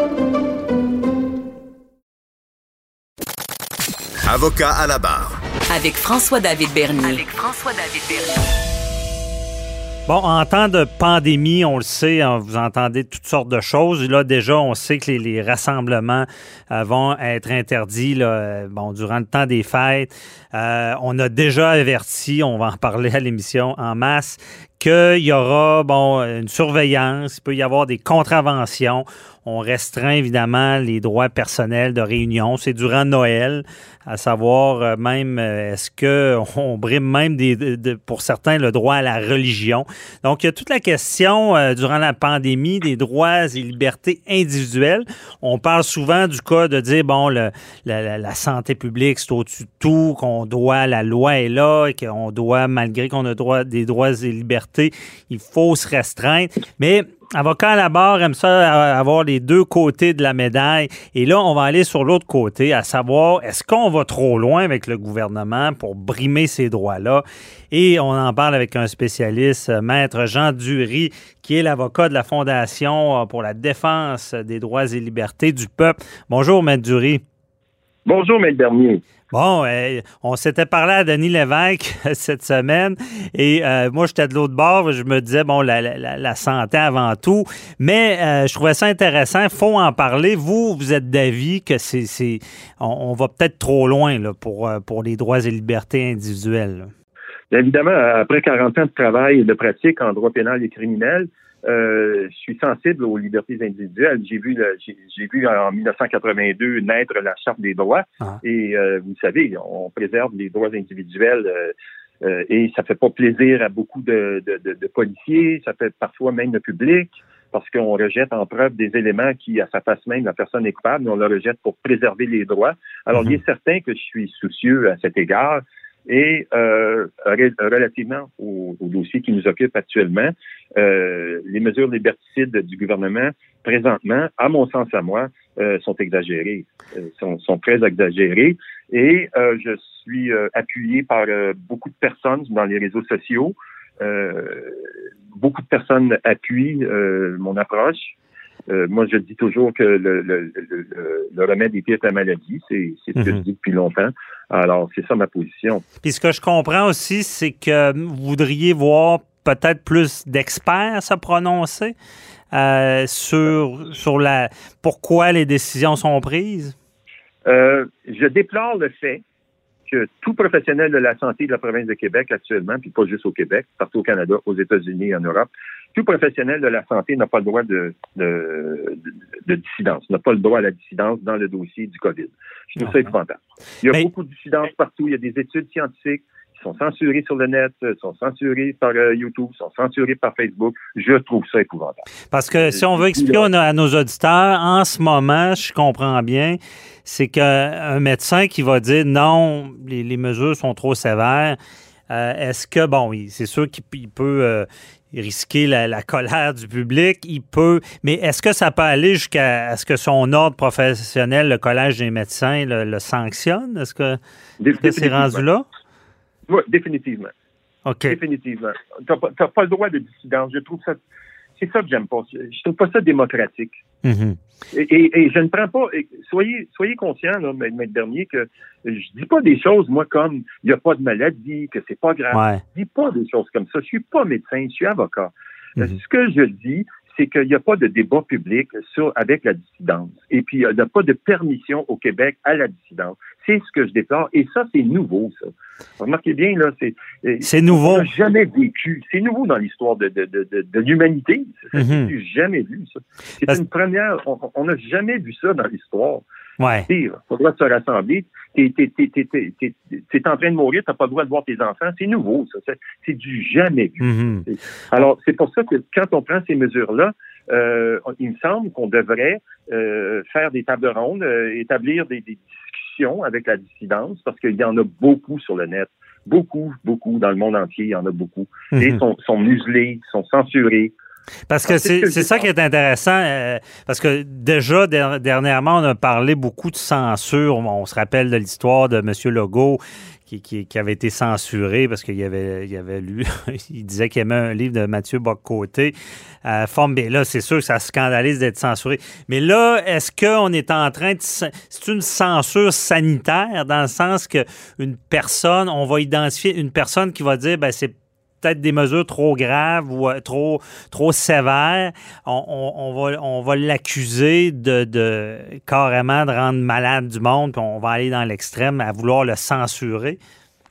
Avocat à la barre. Avec François-David Bernier. Avec François-David Bernier. Bon, en temps de pandémie, on le sait, hein, vous entendez toutes sortes de choses. Là, déjà, on sait que les, les rassemblements euh, vont être interdits là, bon, durant le temps des fêtes. Euh, on a déjà averti, on va en parler à l'émission en masse, qu'il y aura bon une surveillance, il peut y avoir des contraventions. On restreint évidemment les droits personnels de réunion. C'est durant Noël, à savoir euh, même euh, est-ce qu'on brime même des, de, de, pour certains le droit à la religion. Donc, il y a toute la question euh, durant la pandémie des droits et libertés individuelles. On parle souvent du cas de dire, bon, le, la, la santé publique, c'est au-dessus de tout, qu'on doit, la loi est là, et qu'on doit, malgré qu'on a droit, des droits et libertés, il faut se restreindre. Mais avocat à la barre aime ça avoir les deux côtés de la médaille. Et là, on va aller sur l'autre côté, à savoir, est-ce qu'on va trop loin avec le gouvernement pour brimer ces droits-là? Et on en parle avec un spécialiste, Maître Jean Dury, qui est l'avocat de la Fondation pour la défense des droits et libertés du peuple. Bonjour, Maître Dury. Bonjour, Maître Bernier. Bon, euh, on s'était parlé à Denis Lévesque cette semaine et euh, moi, j'étais de l'autre bord. Je me disais, bon, la, la, la santé avant tout. Mais euh, je trouvais ça intéressant. Il faut en parler. Vous, vous êtes d'avis que c'est, c'est on, on va peut-être trop loin là, pour, pour les droits et libertés individuelles. Bien évidemment, après quarante ans de travail et de pratique en droit pénal et criminel, euh, je suis sensible aux libertés individuelles. J'ai vu, le, j'ai, j'ai vu en dix-neuf cent quatre-vingt-deux naître la Charte des droits. Ah. Et euh, vous savez, on préserve les droits individuels euh, euh, et ça fait pas plaisir à beaucoup de, de, de, de policiers. Ça fait parfois même le public, parce qu'on rejette en preuve des éléments qui, à sa face même, la personne est coupable, mais on le rejette pour préserver les droits. Alors, mm-hmm. il est certain que je suis soucieux à cet égard. Et euh, relativement au, au dossier qui nous occupe actuellement, euh, les mesures liberticides du gouvernement, présentement, à mon sens à moi, euh, sont exagérées, euh, sont, sont très exagérées. Et euh, je suis euh, appuyé par euh, beaucoup de personnes dans les réseaux sociaux. Euh, beaucoup de personnes appuient euh, mon approche. Euh, moi, je dis toujours que le, le, le, le remède est pire que la maladie. C'est, c'est ce que mm-hmm. je dis depuis longtemps. Alors, c'est ça ma position. Puis ce que je comprends aussi, c'est que vous voudriez voir peut-être plus d'experts se prononcer euh, sur, sur la pourquoi les décisions sont prises? Euh, je déplore le fait que tout professionnel de la santé de la province de Québec actuellement, puis pas juste au Québec, partout au Canada, aux États-Unis et en Europe, tout professionnel de la santé n'a pas le droit de, de, de, de dissidence, n'a pas le droit à la dissidence dans le dossier du COVID. Je trouve ça épouvantable. Il y a Mais... beaucoup de dissidence partout. Il y a des études scientifiques qui sont censurées sur le net, sont censurées par euh, YouTube, sont censurées par Facebook. Je trouve ça épouvantable. Parce que si on veut expliquer à nos auditeurs, en ce moment, je comprends bien, c'est qu'un médecin qui va dire non, les, les mesures sont trop sévères, euh, est-ce que, bon, c'est sûr qu'il peut euh, risquer la, la colère du public, il peut, mais est-ce que ça peut aller jusqu'à ce que son ordre professionnel, le Collège des médecins, le, le sanctionne? Est-ce que, est-ce que c'est rendu là? Oui, définitivement. OK. Définitivement. Tu n'as pas le droit de dissidence. Je trouve ça... C'est ça que j'aime pas. Je trouve pas ça démocratique. Mm-hmm. Et, et, et je ne prends pas... Soyez, soyez conscients, là, Maître Bernier, que je dis pas des choses, moi, comme il n'y a pas de maladie, que c'est pas grave. Ouais. Je dis pas des choses comme ça. Je suis pas médecin, je suis avocat. Mm-hmm. Ce que je dis, c'est qu'il n'y a pas de débat public sur, avec la dissidence. Et puis, il n'y a pas de permission au Québec à la dissidence. C'est ce que je déplore. Et ça, c'est nouveau, ça. Remarquez bien, là, c'est... C'est nouveau. On n'a jamais vécu. C'est nouveau dans l'histoire de, de, de, de, de l'humanité. Ça, mm-hmm. j'ai jamais vu, ça. C'est Parce... une première... On n'a jamais vu ça dans l'histoire. Ouais. Il faudra se rassembler. T'es, t'es, t'es, t'es, t'es, t'es, t'es en train de mourir, t'as pas le droit de voir tes enfants. C'est nouveau, ça. C'est, c'est du jamais vu. Mm-hmm. Alors, c'est pour ça que quand on prend ces mesures-là, euh, il me semble qu'on devrait euh, faire des tables rondes, euh, établir des, des discussions avec la dissidence, parce qu'il y en a beaucoup sur le net. Beaucoup, beaucoup. Dans le monde entier, il y en a beaucoup. Mm-hmm. Et sont, sont muselés, sont censurés. Parce que c'est, c'est ça qui est intéressant, euh, parce que déjà, der- dernièrement, on a parlé beaucoup de censure. On se rappelle de l'histoire de M. Legault qui, qui, qui avait été censuré parce qu'il avait, il avait lu, il disait qu'il aimait un livre de Mathieu Bock-Côté. Euh, forme, bien là, c'est sûr que ça scandalise d'être censuré. Mais là, est-ce qu'on est en train de... C'est une censure sanitaire dans le sens qu'une personne, on va identifier une personne qui va dire, ben c'est peut-être des mesures trop graves ou euh, trop trop sévères, on, on, on va on va l'accuser de, de carrément de rendre malade du monde, puis on va aller dans l'extrême à vouloir le censurer.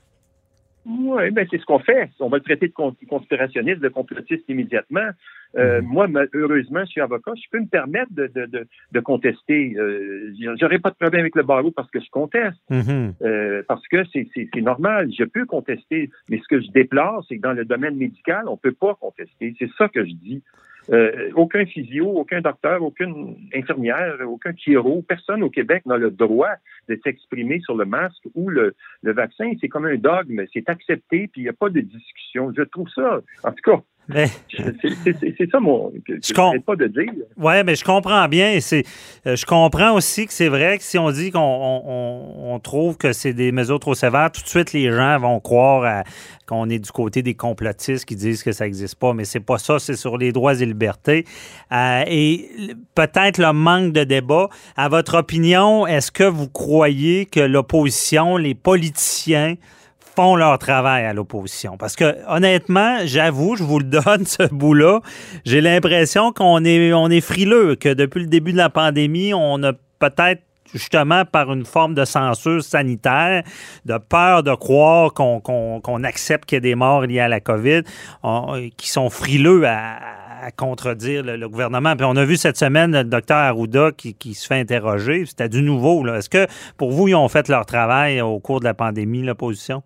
Oui, bien, c'est ce qu'on fait. On va le traiter de conspirationniste, de complotiste immédiatement. Euh, mm-hmm. Moi, heureusement, je suis avocat. Je peux me permettre de, de, de, de contester. Euh, j'aurais pas de problème avec le barreau parce que je conteste. Mm-hmm. Euh, parce que c'est, c'est, c'est normal. Je peux contester. Mais ce que je déplore, c'est que dans le domaine médical, on peut pas contester. C'est ça que je dis. Euh, aucun physio, aucun docteur, aucune infirmière, aucun chiro, personne au Québec n'a le droit de s'exprimer sur le masque ou le, le vaccin. C'est comme un dogme, c'est accepté, puis il n'y a pas de discussion. Je trouve ça, en tout cas, mais... c'est, c'est, c'est ça mon... Que, je ne com... pas de dire. Oui, mais je comprends bien. C'est, euh, je comprends aussi que c'est vrai que si on dit qu'on on, on trouve que c'est des mesures trop sévères, tout de suite, les gens vont croire à, qu'on est du côté des complotistes qui disent que ça n'existe pas, mais c'est pas ça, c'est sur les droits et libertés. Euh, et peut-être le manque de débat. À votre opinion, est-ce que vous croyez que l'opposition, les politiciens, font leur travail à l'opposition? Parce que, honnêtement, j'avoue, je vous le donne, ce bout-là, j'ai l'impression qu'on est, on est frileux, que depuis le début de la pandémie, on a peut-être justement par une forme de censure sanitaire, de peur de croire qu'on, qu'on, qu'on accepte qu'il y ait des morts liés à la COVID, on, qui sont frileux à, à contredire le, le gouvernement. Puis on a vu cette semaine le docteur Arruda qui, qui se fait interroger. C'était du nouveau, là. Est-ce que, pour vous, ils ont fait leur travail au cours de la pandémie, l'opposition?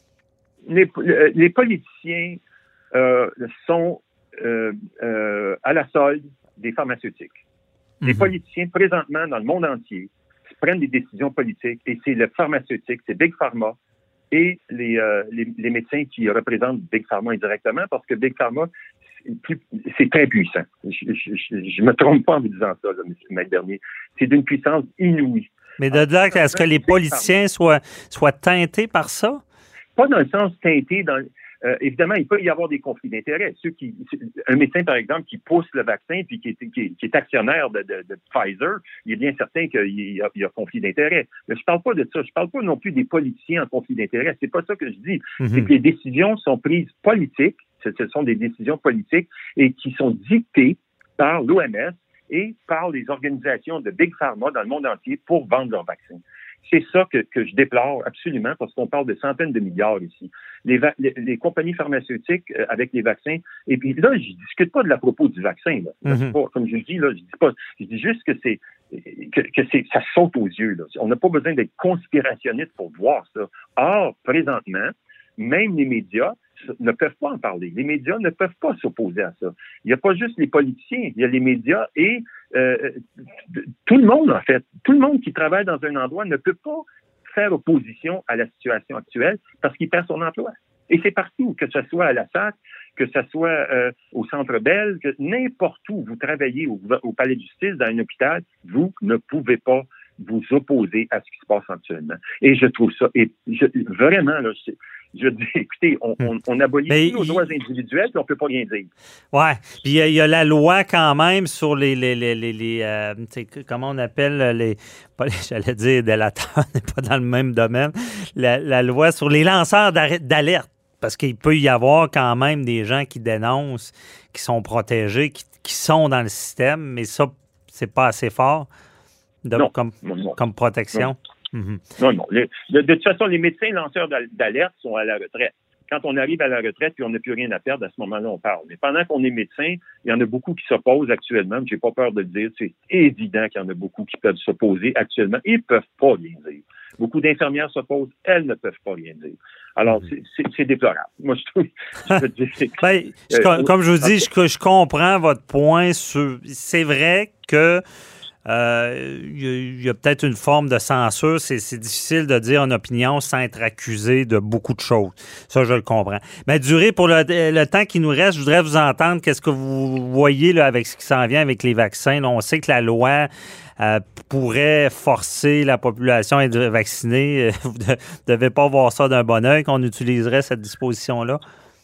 Les, les politiciens euh, sont euh, euh, à la solde des pharmaceutiques. Les mm-hmm. politiciens, présentement, dans le monde entier, prennent des décisions politiques et c'est le pharmaceutique, c'est Big Pharma et les, euh, les, les médecins qui représentent Big Pharma indirectement parce que Big Pharma, c'est, plus, c'est très puissant. Je ne me trompe pas en vous disant ça, là, M. Maître Bernier. C'est d'une puissance inouïe. Mais de là, est-ce que les politiciens soient, soient teintés par ça? Pas dans le sens teinté, dans... Euh, évidemment, il peut y avoir des conflits d'intérêts. Ceux qui, un médecin, par exemple, qui pousse le vaccin puis qui est, qui, qui est actionnaire de, de, de Pfizer, il est bien certain qu'il y a, il y a conflit d'intérêts. Mais je parle pas de ça. Je parle pas non plus des politiciens en conflit d'intérêts. C'est pas ça que je dis. Mm-hmm. C'est que les décisions sont prises politiques. Ce, ce sont des décisions politiques et qui sont dictées par l'O M S et par les organisations de Big Pharma dans le monde entier pour vendre leurs vaccins. C'est ça que, que je déplore absolument parce qu'on parle de centaines de milliards ici. Les, va- les, les compagnies pharmaceutiques euh, avec les vaccins, et puis là, je discute pas de la propos du vaccin. Là. Mm-hmm. Pas, comme je dis, là, je dis pas, je dis juste que c'est que, que c'est, ça saute aux yeux. Là. On n'a pas besoin d'être conspirationniste pour voir ça. Or, présentement, même les médias ne peuvent pas en parler. Les médias ne peuvent pas s'opposer à ça. Il n'y a pas juste les politiciens, il y a les médias et euh, tout le monde, en fait. Tout le monde qui travaille dans un endroit ne peut pas faire opposition à la situation actuelle parce qu'il perd son emploi. Et c'est partout, que ce soit à la S A C, que ce soit euh, au Centre Bell, que n'importe où vous travaillez au, au Palais de justice, dans un hôpital, vous ne pouvez pas vous opposer à ce qui se passe actuellement. Et je trouve ça, et je, vraiment, là, je, je dis, écoutez, on, on, on abolit mais tous nos il... droits individuels, puis on ne peut pas rien dire. Oui, puis il y, y a la loi quand même sur les, les, les, les, les euh, comment on appelle les, pas les, j'allais dire délateurs, n'est pas dans le même domaine, la, la loi sur les lanceurs d'alerte, parce qu'il peut y avoir quand même des gens qui dénoncent, qui sont protégés, qui, qui sont dans le système, mais ça, c'est pas assez fort. De, non, comme, non, non, comme protection? Non, mm-hmm. non. non. Les, de, de toute façon, les médecins lanceurs d'alerte sont à la retraite. Quand on arrive à la retraite puis on n'a plus rien à perdre, à ce moment-là, on parle. Mais pendant qu'on est médecin, il y en a beaucoup qui s'opposent actuellement. J'ai pas peur de le dire. C'est évident qu'il y en a beaucoup qui peuvent s'opposer actuellement. Ils ne peuvent pas rien dire. Beaucoup d'infirmières s'opposent. Elles ne peuvent pas rien dire. Alors, mm-hmm. c'est, c'est, c'est déplorable. Moi, je trouve... Je veux dire, c'est, ben, je, euh, comme je vous dis, je, je comprends votre point sur... C'est vrai que il euh, y, y a peut-être une forme de censure. C'est, c'est difficile de dire une opinion sans être accusé de beaucoup de choses. Ça, je le comprends. Mais durée, pour le, le temps qui nous reste, je voudrais vous entendre. Qu'est-ce que vous voyez là, avec ce qui s'en vient avec les vaccins? Là, on sait que la loi euh, pourrait forcer la population à être vaccinée. Vous ne devez pas voir ça d'un bon œil qu'on utiliserait cette disposition-là.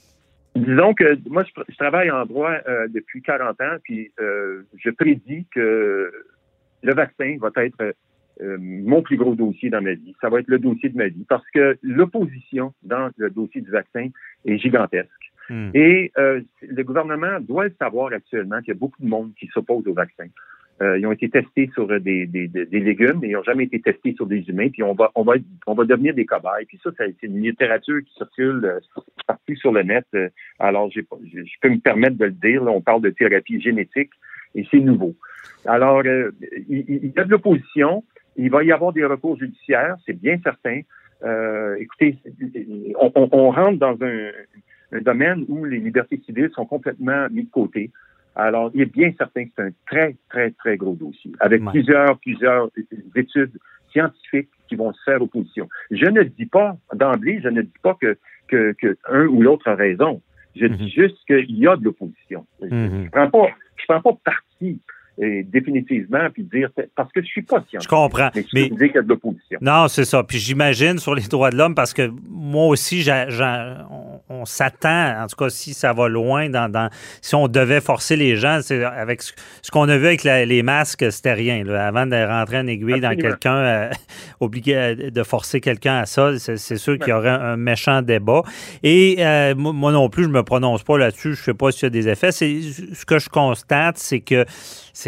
Disons que moi, je, je travaille en droit euh, depuis quarante ans, puis euh, je prédis que le vaccin va être euh, mon plus gros dossier dans ma vie. Ça va être le dossier de ma vie parce que l'opposition dans le dossier du vaccin est gigantesque. Mm. Et euh, le gouvernement doit le savoir actuellement qu'il y a beaucoup de monde qui s'oppose au vaccin. Euh, ils ont été testés sur des, des, des, des légumes, mais ils n'ont jamais été testés sur des humains. Puis on va, on va, on va devenir des cobayes. Puis ça, c'est une littérature qui circule euh, partout sur le net. Euh, alors, j'ai, je, je peux me permettre de le dire. Là, on parle de thérapie génétique et c'est nouveau. Alors, euh, il, il y a de l'opposition. Il va y avoir des recours judiciaires, c'est bien certain. Euh, écoutez, on, on, on rentre dans un, un domaine où les libertés civiles sont complètement mises de côté. Alors, il est bien certain que c'est un très, très, très gros dossier, avec ouais. plusieurs, plusieurs études scientifiques qui vont se faire opposition. Je ne dis pas, d'emblée, je ne dis pas que, que, que un ou l'autre a raison. Je mm-hmm. dis juste qu'il y a de l'opposition. Mm-hmm. Je prends pas, je prends pas parti. Et définitivement, puis dire, parce que je suis pas scientifique. Je comprends. Mais je mais... dire qu'il y a de l'opposition. Non, c'est ça. Puis j'imagine sur les droits de l'homme, parce que moi aussi, j'ai, j'ai, on, on s'attend, en tout cas, si ça va loin, dans, dans si on devait forcer les gens, c'est avec ce, ce qu'on a vu avec la, les masques, c'était rien. Là, avant de rentrer en aiguille Absolument. Dans quelqu'un, euh, obligé de forcer quelqu'un à ça, c'est, c'est sûr qu'il y aurait un, un méchant débat. Et euh, moi non plus, je me prononce pas là-dessus. Je sais pas s'il y a des effets. C'est, ce que je constate, c'est que c'est que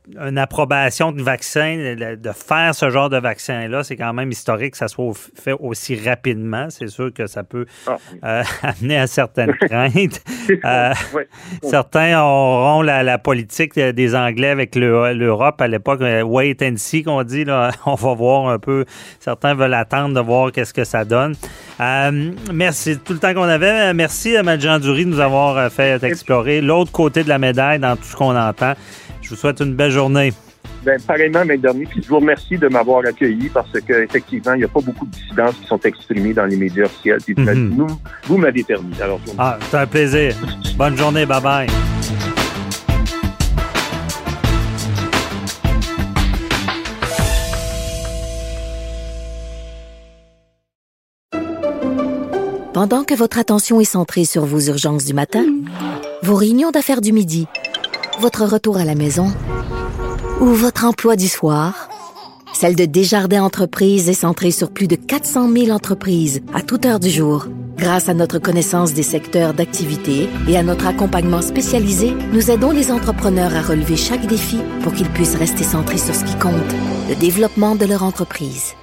une approbation de vaccin, de faire ce genre de vaccin-là, c'est quand même historique que ça soit fait aussi rapidement. C'est sûr que ça peut ah. euh, amener à certaines craintes. euh, oui. Certains auront la, la politique des Anglais avec le, l'Europe à l'époque, wait and see qu'on dit. Là, on va voir un peu. Certains veulent attendre de voir qu'est-ce que ça donne. Euh, merci. Tout le temps qu'on avait. Merci à Maître Jean Dury de nous avoir fait explorer l'autre côté de la médaille dans tout ce qu'on entend. Je vous souhaite une belle journée. Bien, pareillement, Maître Bernier, puis je vous remercie de m'avoir accueilli parce qu'effectivement, il n'y a pas beaucoup de dissidences qui sont exprimées dans les médias officiels. Puis mm-hmm. nous, vous m'avez permis. Alors, ah, c'est un plaisir. Bonne journée. Bye-bye. Pendant que votre attention est centrée sur vos urgences du matin, vos réunions d'affaires du midi, votre retour à la maison ou votre emploi du soir, celle de Desjardins Entreprises est centrée sur plus de quatre cent mille entreprises à toute heure du jour. Grâce à notre connaissance des secteurs d'activité et à notre accompagnement spécialisé, nous aidons les entrepreneurs à relever chaque défi pour qu'ils puissent rester centrés sur ce qui compte, le développement de leur entreprise.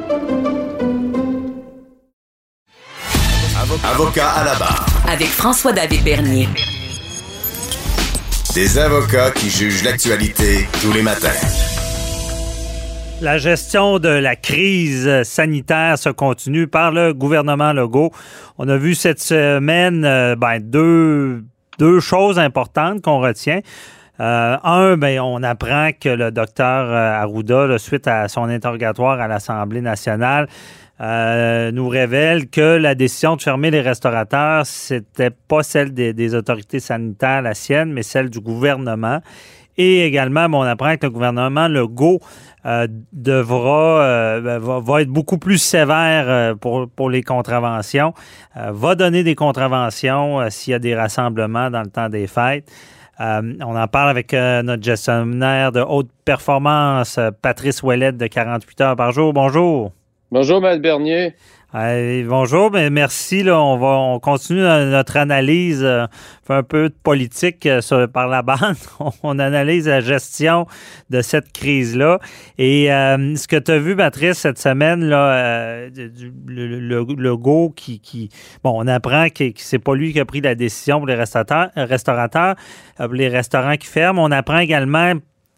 Avocat à la barre. Avec François-David Bernier. Des avocats qui jugent l'actualité tous les matins. La gestion de la crise sanitaire se continue par le gouvernement Legault. On a vu cette semaine euh, ben, deux, deux choses importantes qu'on retient. Euh, un, ben, on apprend que le docteur Arruda, là, suite à son interrogatoire à l'Assemblée nationale, Euh, nous révèle que la décision de fermer les restaurateurs, c'était pas celle des, des autorités sanitaires, la sienne, mais celle du gouvernement. Et également, bon, on apprend que le gouvernement Legault euh, devra euh, va, va être beaucoup plus sévère euh, pour, pour les contraventions, euh, va donner des contraventions euh, s'il y a des rassemblements dans le temps des fêtes. Euh, on en parle avec euh, notre gestionnaire de haute performance, euh, Patrice Ouellette de quarante-huit heures par jour. Bonjour. Bonjour, Maître Bernier. Euh, bonjour, mais merci. Là, on va on continue notre analyse, euh, fait un peu de politique euh, sur, par la bande. On analyse la gestion de cette crise-là. Et euh, ce que tu as vu, Patrice, cette semaine, là, euh, du, le, le, le go qui, qui... Bon, on apprend que, que c'est pas lui qui a pris la décision pour les restaurateurs, restaurateurs pour les restaurants qui ferment. On apprend également...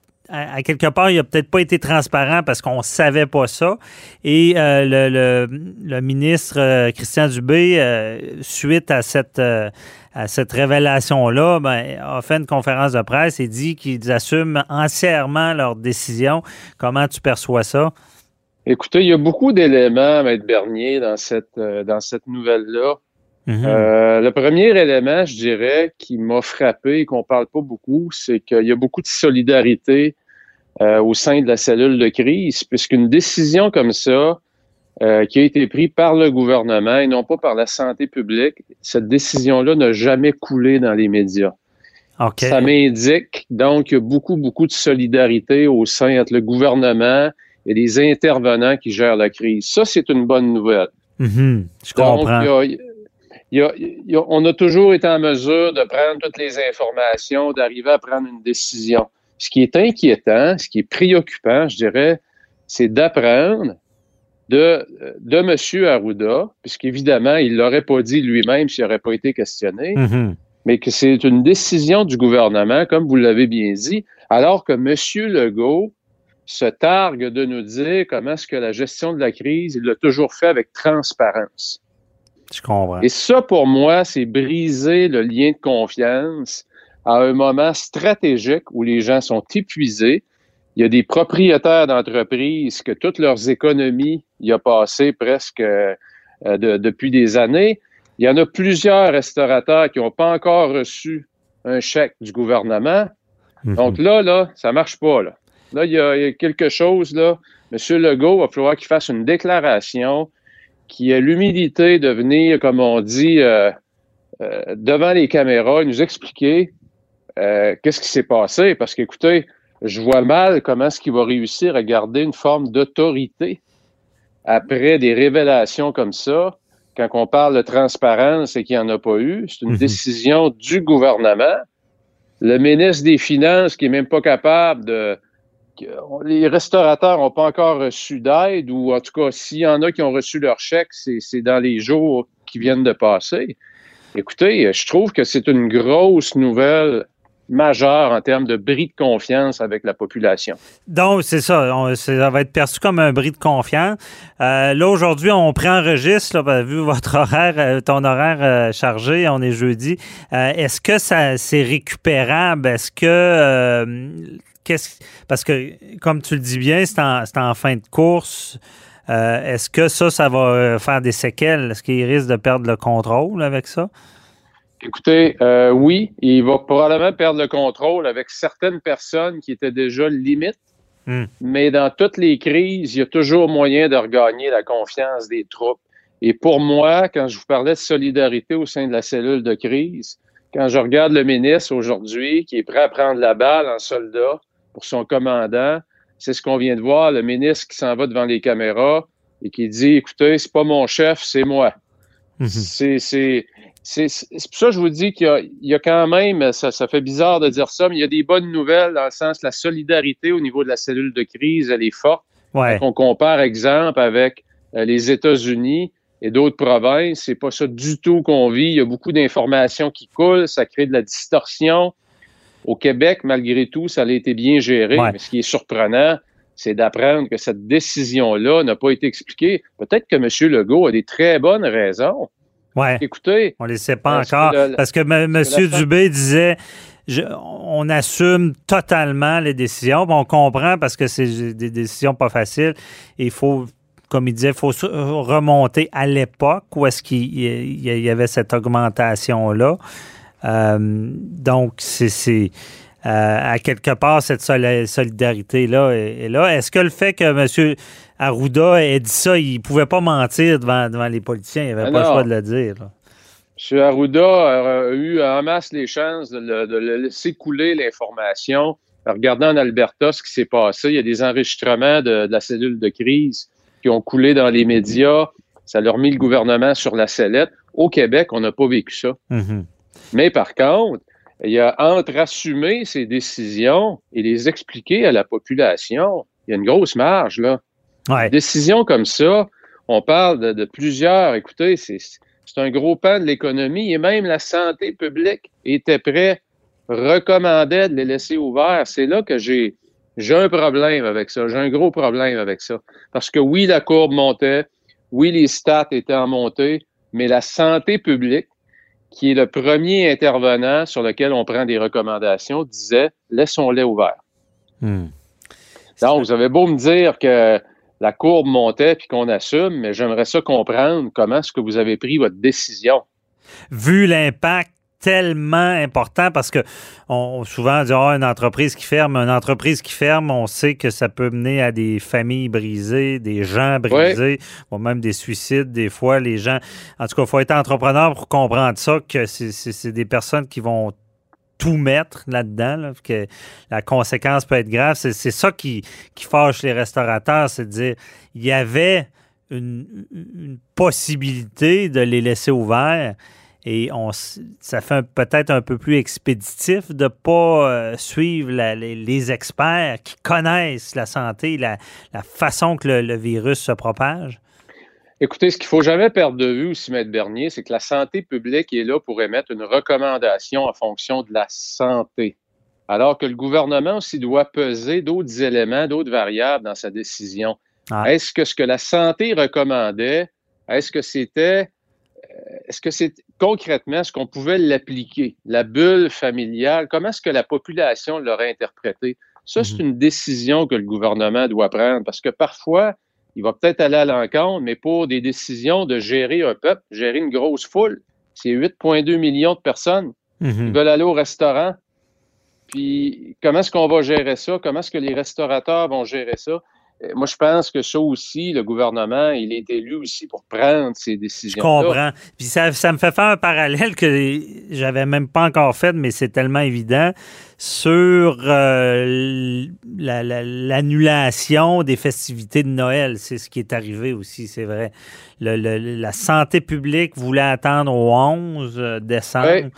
À, à quelque part, il n'a peut-être pas été transparent parce qu'on ne savait pas ça. Et euh, le, le, le ministre euh, Christian Dubé, euh, suite à cette, euh, à cette révélation-là, ben, a fait une conférence de presse et dit qu'ils assument entièrement leur décision. Comment tu perçois ça? Écoutez, il y a beaucoup d'éléments, Maître Bernier, dans cette, euh, dans cette nouvelle-là. Mm-hmm. Euh, le premier élément, je dirais, qui m'a frappé et qu'on parle pas beaucoup, c'est qu'il y a beaucoup de solidarité euh, au sein de la cellule de crise, puisqu'une décision comme ça, euh, qui a été prise par le gouvernement et non pas par la santé publique, cette décision-là n'a jamais coulé dans les médias. Okay. Ça m'indique donc qu'il y a beaucoup, beaucoup de solidarité au sein entre le gouvernement et les intervenants qui gèrent la crise. Ça, c'est une bonne nouvelle. Mm-hmm. Je comprends. Donc, il y a, Il y a, il y a, on a toujours été en mesure de prendre toutes les informations, d'arriver à prendre une décision. Ce qui est inquiétant, ce qui est préoccupant, je dirais, c'est d'apprendre de, de M. Arruda, puisqu'évidemment, il ne l'aurait pas dit lui-même s'il n'aurait pas été questionné, mm-hmm. mais que c'est une décision du gouvernement, comme vous l'avez bien dit, alors que M. Legault se targue de nous dire comment est-ce que la gestion de la crise, il l'a toujours fait avec transparence. Je comprends. Et ça, pour moi, c'est briser le lien de confiance à un moment stratégique où les gens sont épuisés. Il y a des propriétaires d'entreprises que toutes leurs économies y a passé presque euh, de, depuis des années. Il y en a plusieurs restaurateurs qui n'ont pas encore reçu un chèque du gouvernement. Mm-hmm. Donc là, là, ça marche pas. Là, là il, y a, il y a quelque chose. Là. M. Legault, il va falloir qu'il fasse une déclaration qui a l'humilité de venir, comme on dit, euh, euh, devant les caméras, nous expliquer euh, qu'est-ce qui s'est passé. Parce qu'écoutez, je vois mal comment est-ce qu'il va réussir à garder une forme d'autorité après des révélations comme ça. Quand on parle de transparence et qu'il n'y en a pas eu, c'est une mm-hmm. décision du gouvernement. Le ministre des Finances qui est même pas capable de... Les restaurateurs n'ont pas encore reçu d'aide, ou en tout cas, s'il y en a qui ont reçu leur chèque, c'est, c'est dans les jours qui viennent de passer. Écoutez, je trouve que c'est une grosse nouvelle majeure en termes de bris de confiance avec la population. Donc, c'est ça. On, c'est, ça va être perçu comme un bris de confiance. Euh, là, aujourd'hui, on prend enregistre, là, vu votre horaire, ton horaire euh, chargé, on est jeudi. Euh, est-ce que ça c'est récupérable? Est-ce que... Euh, qu'est-ce, parce que, comme tu le dis bien, c'est en, c'est en fin de course. Euh, est-ce que ça, ça va faire des séquelles? Est-ce qu'il risque de perdre le contrôle avec ça? Écoutez, euh, oui, il va probablement perdre le contrôle avec certaines personnes qui étaient déjà limites, mm. mais dans toutes les crises, il y a toujours moyen de regagner la confiance des troupes. Et pour moi, quand je vous parlais de solidarité au sein de la cellule de crise, quand je regarde le ministre aujourd'hui qui est prêt à prendre la balle en soldat pour son commandant, c'est ce qu'on vient de voir, le ministre qui s'en va devant les caméras et qui dit, écoutez, c'est pas mon chef, c'est moi. Mm-hmm. C'est... c'est C'est, c'est pour ça que je vous dis qu'il y a, il y a quand même, ça, ça fait bizarre de dire ça, mais il y a des bonnes nouvelles dans le sens la solidarité au niveau de la cellule de crise, elle est forte. Ouais. Quand on compare, exemple, avec euh, les États-Unis et d'autres provinces, c'est pas ça du tout qu'on vit. Il y a beaucoup d'informations qui coulent, ça crée de la distorsion. Au Québec, malgré tout, ça a été bien géré, ouais. mais ce qui est surprenant, c'est d'apprendre que cette décision-là n'a pas été expliquée. Peut-être que M. Legault a des très bonnes raisons. Oui, écoutez, on ne le sait pas encore. Que le, parce que M. Dubé disait, je, on assume totalement les décisions. On comprend parce que c'est des décisions pas faciles. Il faut, comme il disait, il faut remonter à l'époque où est-ce qu'il y avait cette augmentation-là. Euh, donc, c'est, c'est euh, à quelque part, cette solidarité-là est, est là. Est-ce que le fait que M. Arruda ait dit ça, il ne pouvait pas mentir devant, devant les politiciens, il n'avait pas non. le choix de le dire. Là. M. Arruda a eu en masse les chances de, le, de le laisser couler l'information. Regardant en Alberta ce qui s'est passé, il y a des enregistrements de, de la cellule de crise qui ont coulé dans les médias. Ça leur a mis le gouvernement sur la sellette. Au Québec, on n'a pas vécu ça. Mm-hmm. Mais par contre, il y a entre assumer ces décisions et les expliquer à la population, il y a une grosse marge, là. Ouais. Décisions comme ça, on parle de, de plusieurs, écoutez, c'est, c'est un gros pan de l'économie et même la santé publique était prêt, recommandait de les laisser ouverts. C'est là que j'ai, j'ai un problème avec ça, j'ai un gros problème avec ça. Parce que oui, la courbe montait, oui, les stats étaient en montée, mais la santé publique, qui est le premier intervenant sur lequel on prend des recommandations, disait « laissons-les ouverts hmm. ». Donc, vous avez beau me dire que la courbe montait puis qu'on assume, mais j'aimerais ça comprendre comment est-ce que vous avez pris votre décision. Vu l'impact tellement important, parce que on, souvent on dit oh, une entreprise qui ferme, une entreprise qui ferme, on sait que ça peut mener à des familles brisées, des gens brisés, oui. même des suicides, des fois, les gens... En tout cas, il faut être entrepreneur pour comprendre ça, que c'est, c'est, c'est des personnes qui vont tout mettre là-dedans, là, que la conséquence peut être grave. C'est, c'est ça qui, qui fâche les restaurateurs, c'est de dire, il y avait une, une possibilité de les laisser ouverts et on, ça fait un, peut-être un peu plus expéditif de ne pas euh, suivre la, les, les experts qui connaissent la santé, la, la façon que le, le virus se propage. Écoutez, ce qu'il ne faut jamais perdre de vue aussi, M. Bernier, c'est que la santé publique est là pour émettre une recommandation en fonction de la santé. Alors que le gouvernement aussi doit peser d'autres éléments, d'autres variables dans sa décision. Ah. Est-ce que ce que la santé recommandait, est-ce que c'était, est-ce que c'est concrètement, est-ce qu'on pouvait l'appliquer? La bulle familiale, comment est-ce que la population l'aurait interprété? Ça, mm-hmm. c'est une décision que le gouvernement doit prendre parce que parfois, il va peut-être aller à l'encontre, mais pour des décisions de gérer un peuple, gérer une grosse foule, c'est huit virgule deux millions de personnes mm-hmm. qui veulent aller au restaurant. Puis, comment est-ce qu'on va gérer ça? Comment est-ce que les restaurateurs vont gérer ça? Moi, je pense que ça aussi, le gouvernement, il est élu aussi pour prendre ces décisions-là. Je comprends. Puis ça, ça me fait faire un parallèle que j'avais même pas encore fait, mais c'est tellement évident, sur euh, la, la, l'annulation des festivités de Noël. C'est ce qui est arrivé aussi, c'est vrai. Le, le, la santé publique voulait attendre au onze décembre. Oui.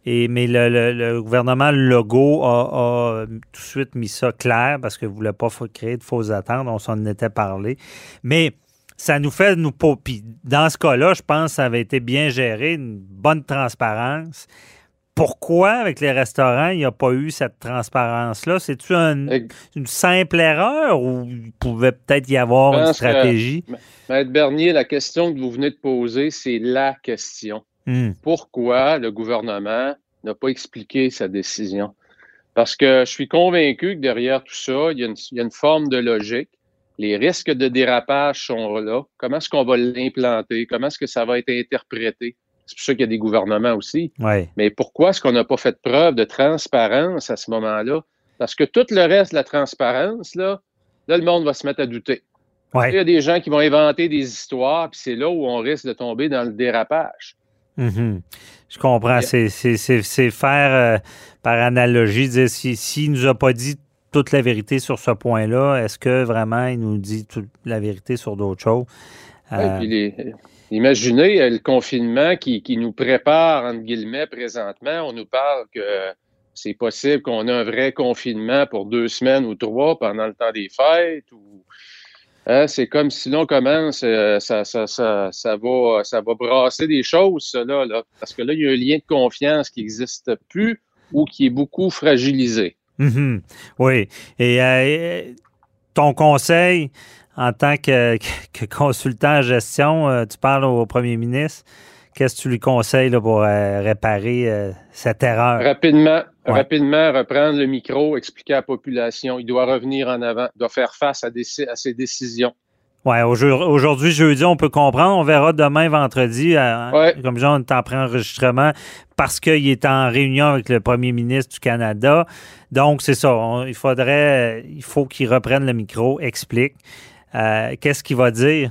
Et, mais le, le, le gouvernement Legault a, a tout de suite mis ça clair parce qu'il ne voulait pas créer de fausses attentes. On s'en était parlé. Mais ça nous fait nous... Puis dans ce cas-là, je pense que ça avait été bien géré, une bonne transparence. Pourquoi, avec les restaurants, il n'y a pas eu cette transparence-là? C'est-tu un, une simple erreur ou il pouvait peut-être y avoir une stratégie? Que, Maître Bernier, la question que vous venez de poser, c'est la question. Hmm. Pourquoi le gouvernement n'a pas expliqué sa décision? Parce que je suis convaincu que derrière tout ça, il y a une, il y a une forme de logique. Les risques de dérapage sont là. Comment est-ce qu'on va l'implanter? Comment est-ce que ça va être interprété? C'est pour ça qu'il y a des gouvernements aussi. Ouais. Mais pourquoi est-ce qu'on n'a pas fait preuve de transparence à ce moment-là? Parce que tout le reste de la transparence, là, là le monde va se mettre à douter. Ouais. Il y a des gens qui vont inventer des histoires, puis c'est là où on risque de tomber dans le dérapage. Mm-hmm. Je comprends. C'est, c'est, c'est, c'est faire, euh, par analogie, dire s'il si, ne nous a pas dit toute la vérité sur ce point-là, est-ce que vraiment il nous dit toute la vérité sur d'autres choses? Euh... Ouais, puis les... Imaginez le confinement qui, qui nous prépare, entre guillemets, présentement. On nous parle que c'est possible qu'on ait un vrai confinement pour deux semaines ou trois pendant le temps des fêtes. Ou, hein, c'est comme si l'on commence, euh, ça, ça, ça, ça, va, ça va brasser des choses, ça, là, là. Parce que là, il y a un lien de confiance qui n'existe plus ou qui est beaucoup fragilisé. Mm-hmm. Oui. Et euh, ton conseil... En tant que, que, que consultant en gestion, euh, tu parles au premier ministre. Qu'est-ce que tu lui conseilles là, pour euh, réparer euh, cette erreur? Rapidement, ouais. rapidement, reprendre le micro, expliquer à la population. Il doit revenir en avant, il doit faire face à, des, à ses décisions. Oui, aujourd'hui, jeudi, on peut comprendre. On verra demain, vendredi, euh, ouais. comme genre, on est en pré-enregistrement parce qu'il est en réunion avec le premier ministre du Canada. Donc, c'est ça. On, il faudrait, il faut qu'il reprenne le micro, explique. Euh, qu'est-ce qu'il va dire?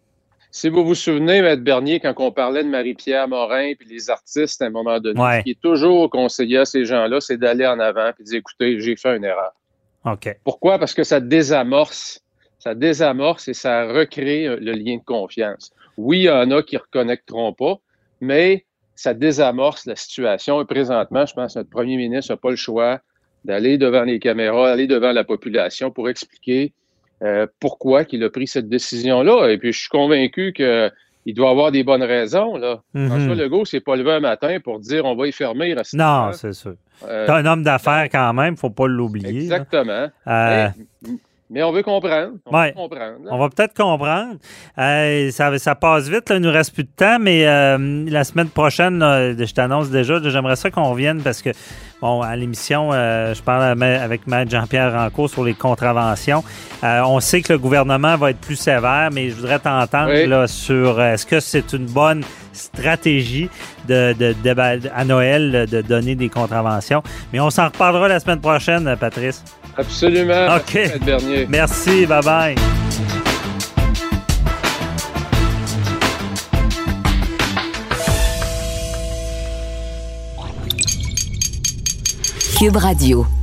Si vous vous souvenez, Maître Bernier, quand on parlait de Marie-Pierre Morin et les artistes, à un moment donné, ouais. ce qui est toujours conseillé à ces gens-là, c'est d'aller en avant et de dire, écoutez, j'ai fait une erreur. OK. Pourquoi? Parce que ça désamorce. Ça désamorce et ça recrée le lien de confiance. Oui, il y en a qui ne reconnecteront pas, mais ça désamorce la situation. Et présentement, je pense que notre premier ministre n'a pas le choix d'aller devant les caméras, aller devant la population pour expliquer Euh, pourquoi qu'il a pris cette décision-là. Et puis, je suis convaincu qu'il doit avoir des bonnes raisons. Là. Mm-hmm. François Legault ne s'est pas levé un matin pour dire on va y fermer. Le non, c'est sûr. Euh, T'es un homme d'affaires quand même, il ne faut pas l'oublier. Exactement. Euh... Mais, mais on veut comprendre. On, ouais. veut comprendre on va peut-être comprendre. Euh, ça, ça passe vite, là, il ne nous reste plus de temps, mais euh, la semaine prochaine, là, je t'annonce déjà, j'aimerais ça qu'on revienne parce que bon, à l'émission, euh, je parle avec Maître Jean-Pierre Rancourt sur les contraventions. Euh, on sait que le gouvernement va être plus sévère, mais je voudrais t'entendre oui. là, sur euh, est-ce que c'est une bonne stratégie de, de, de, de, à Noël de donner des contraventions. Mais on s'en reparlera la semaine prochaine, Patrice. Absolument. OK. Merci, Bernier. Merci. Bye-bye. Cube Radio.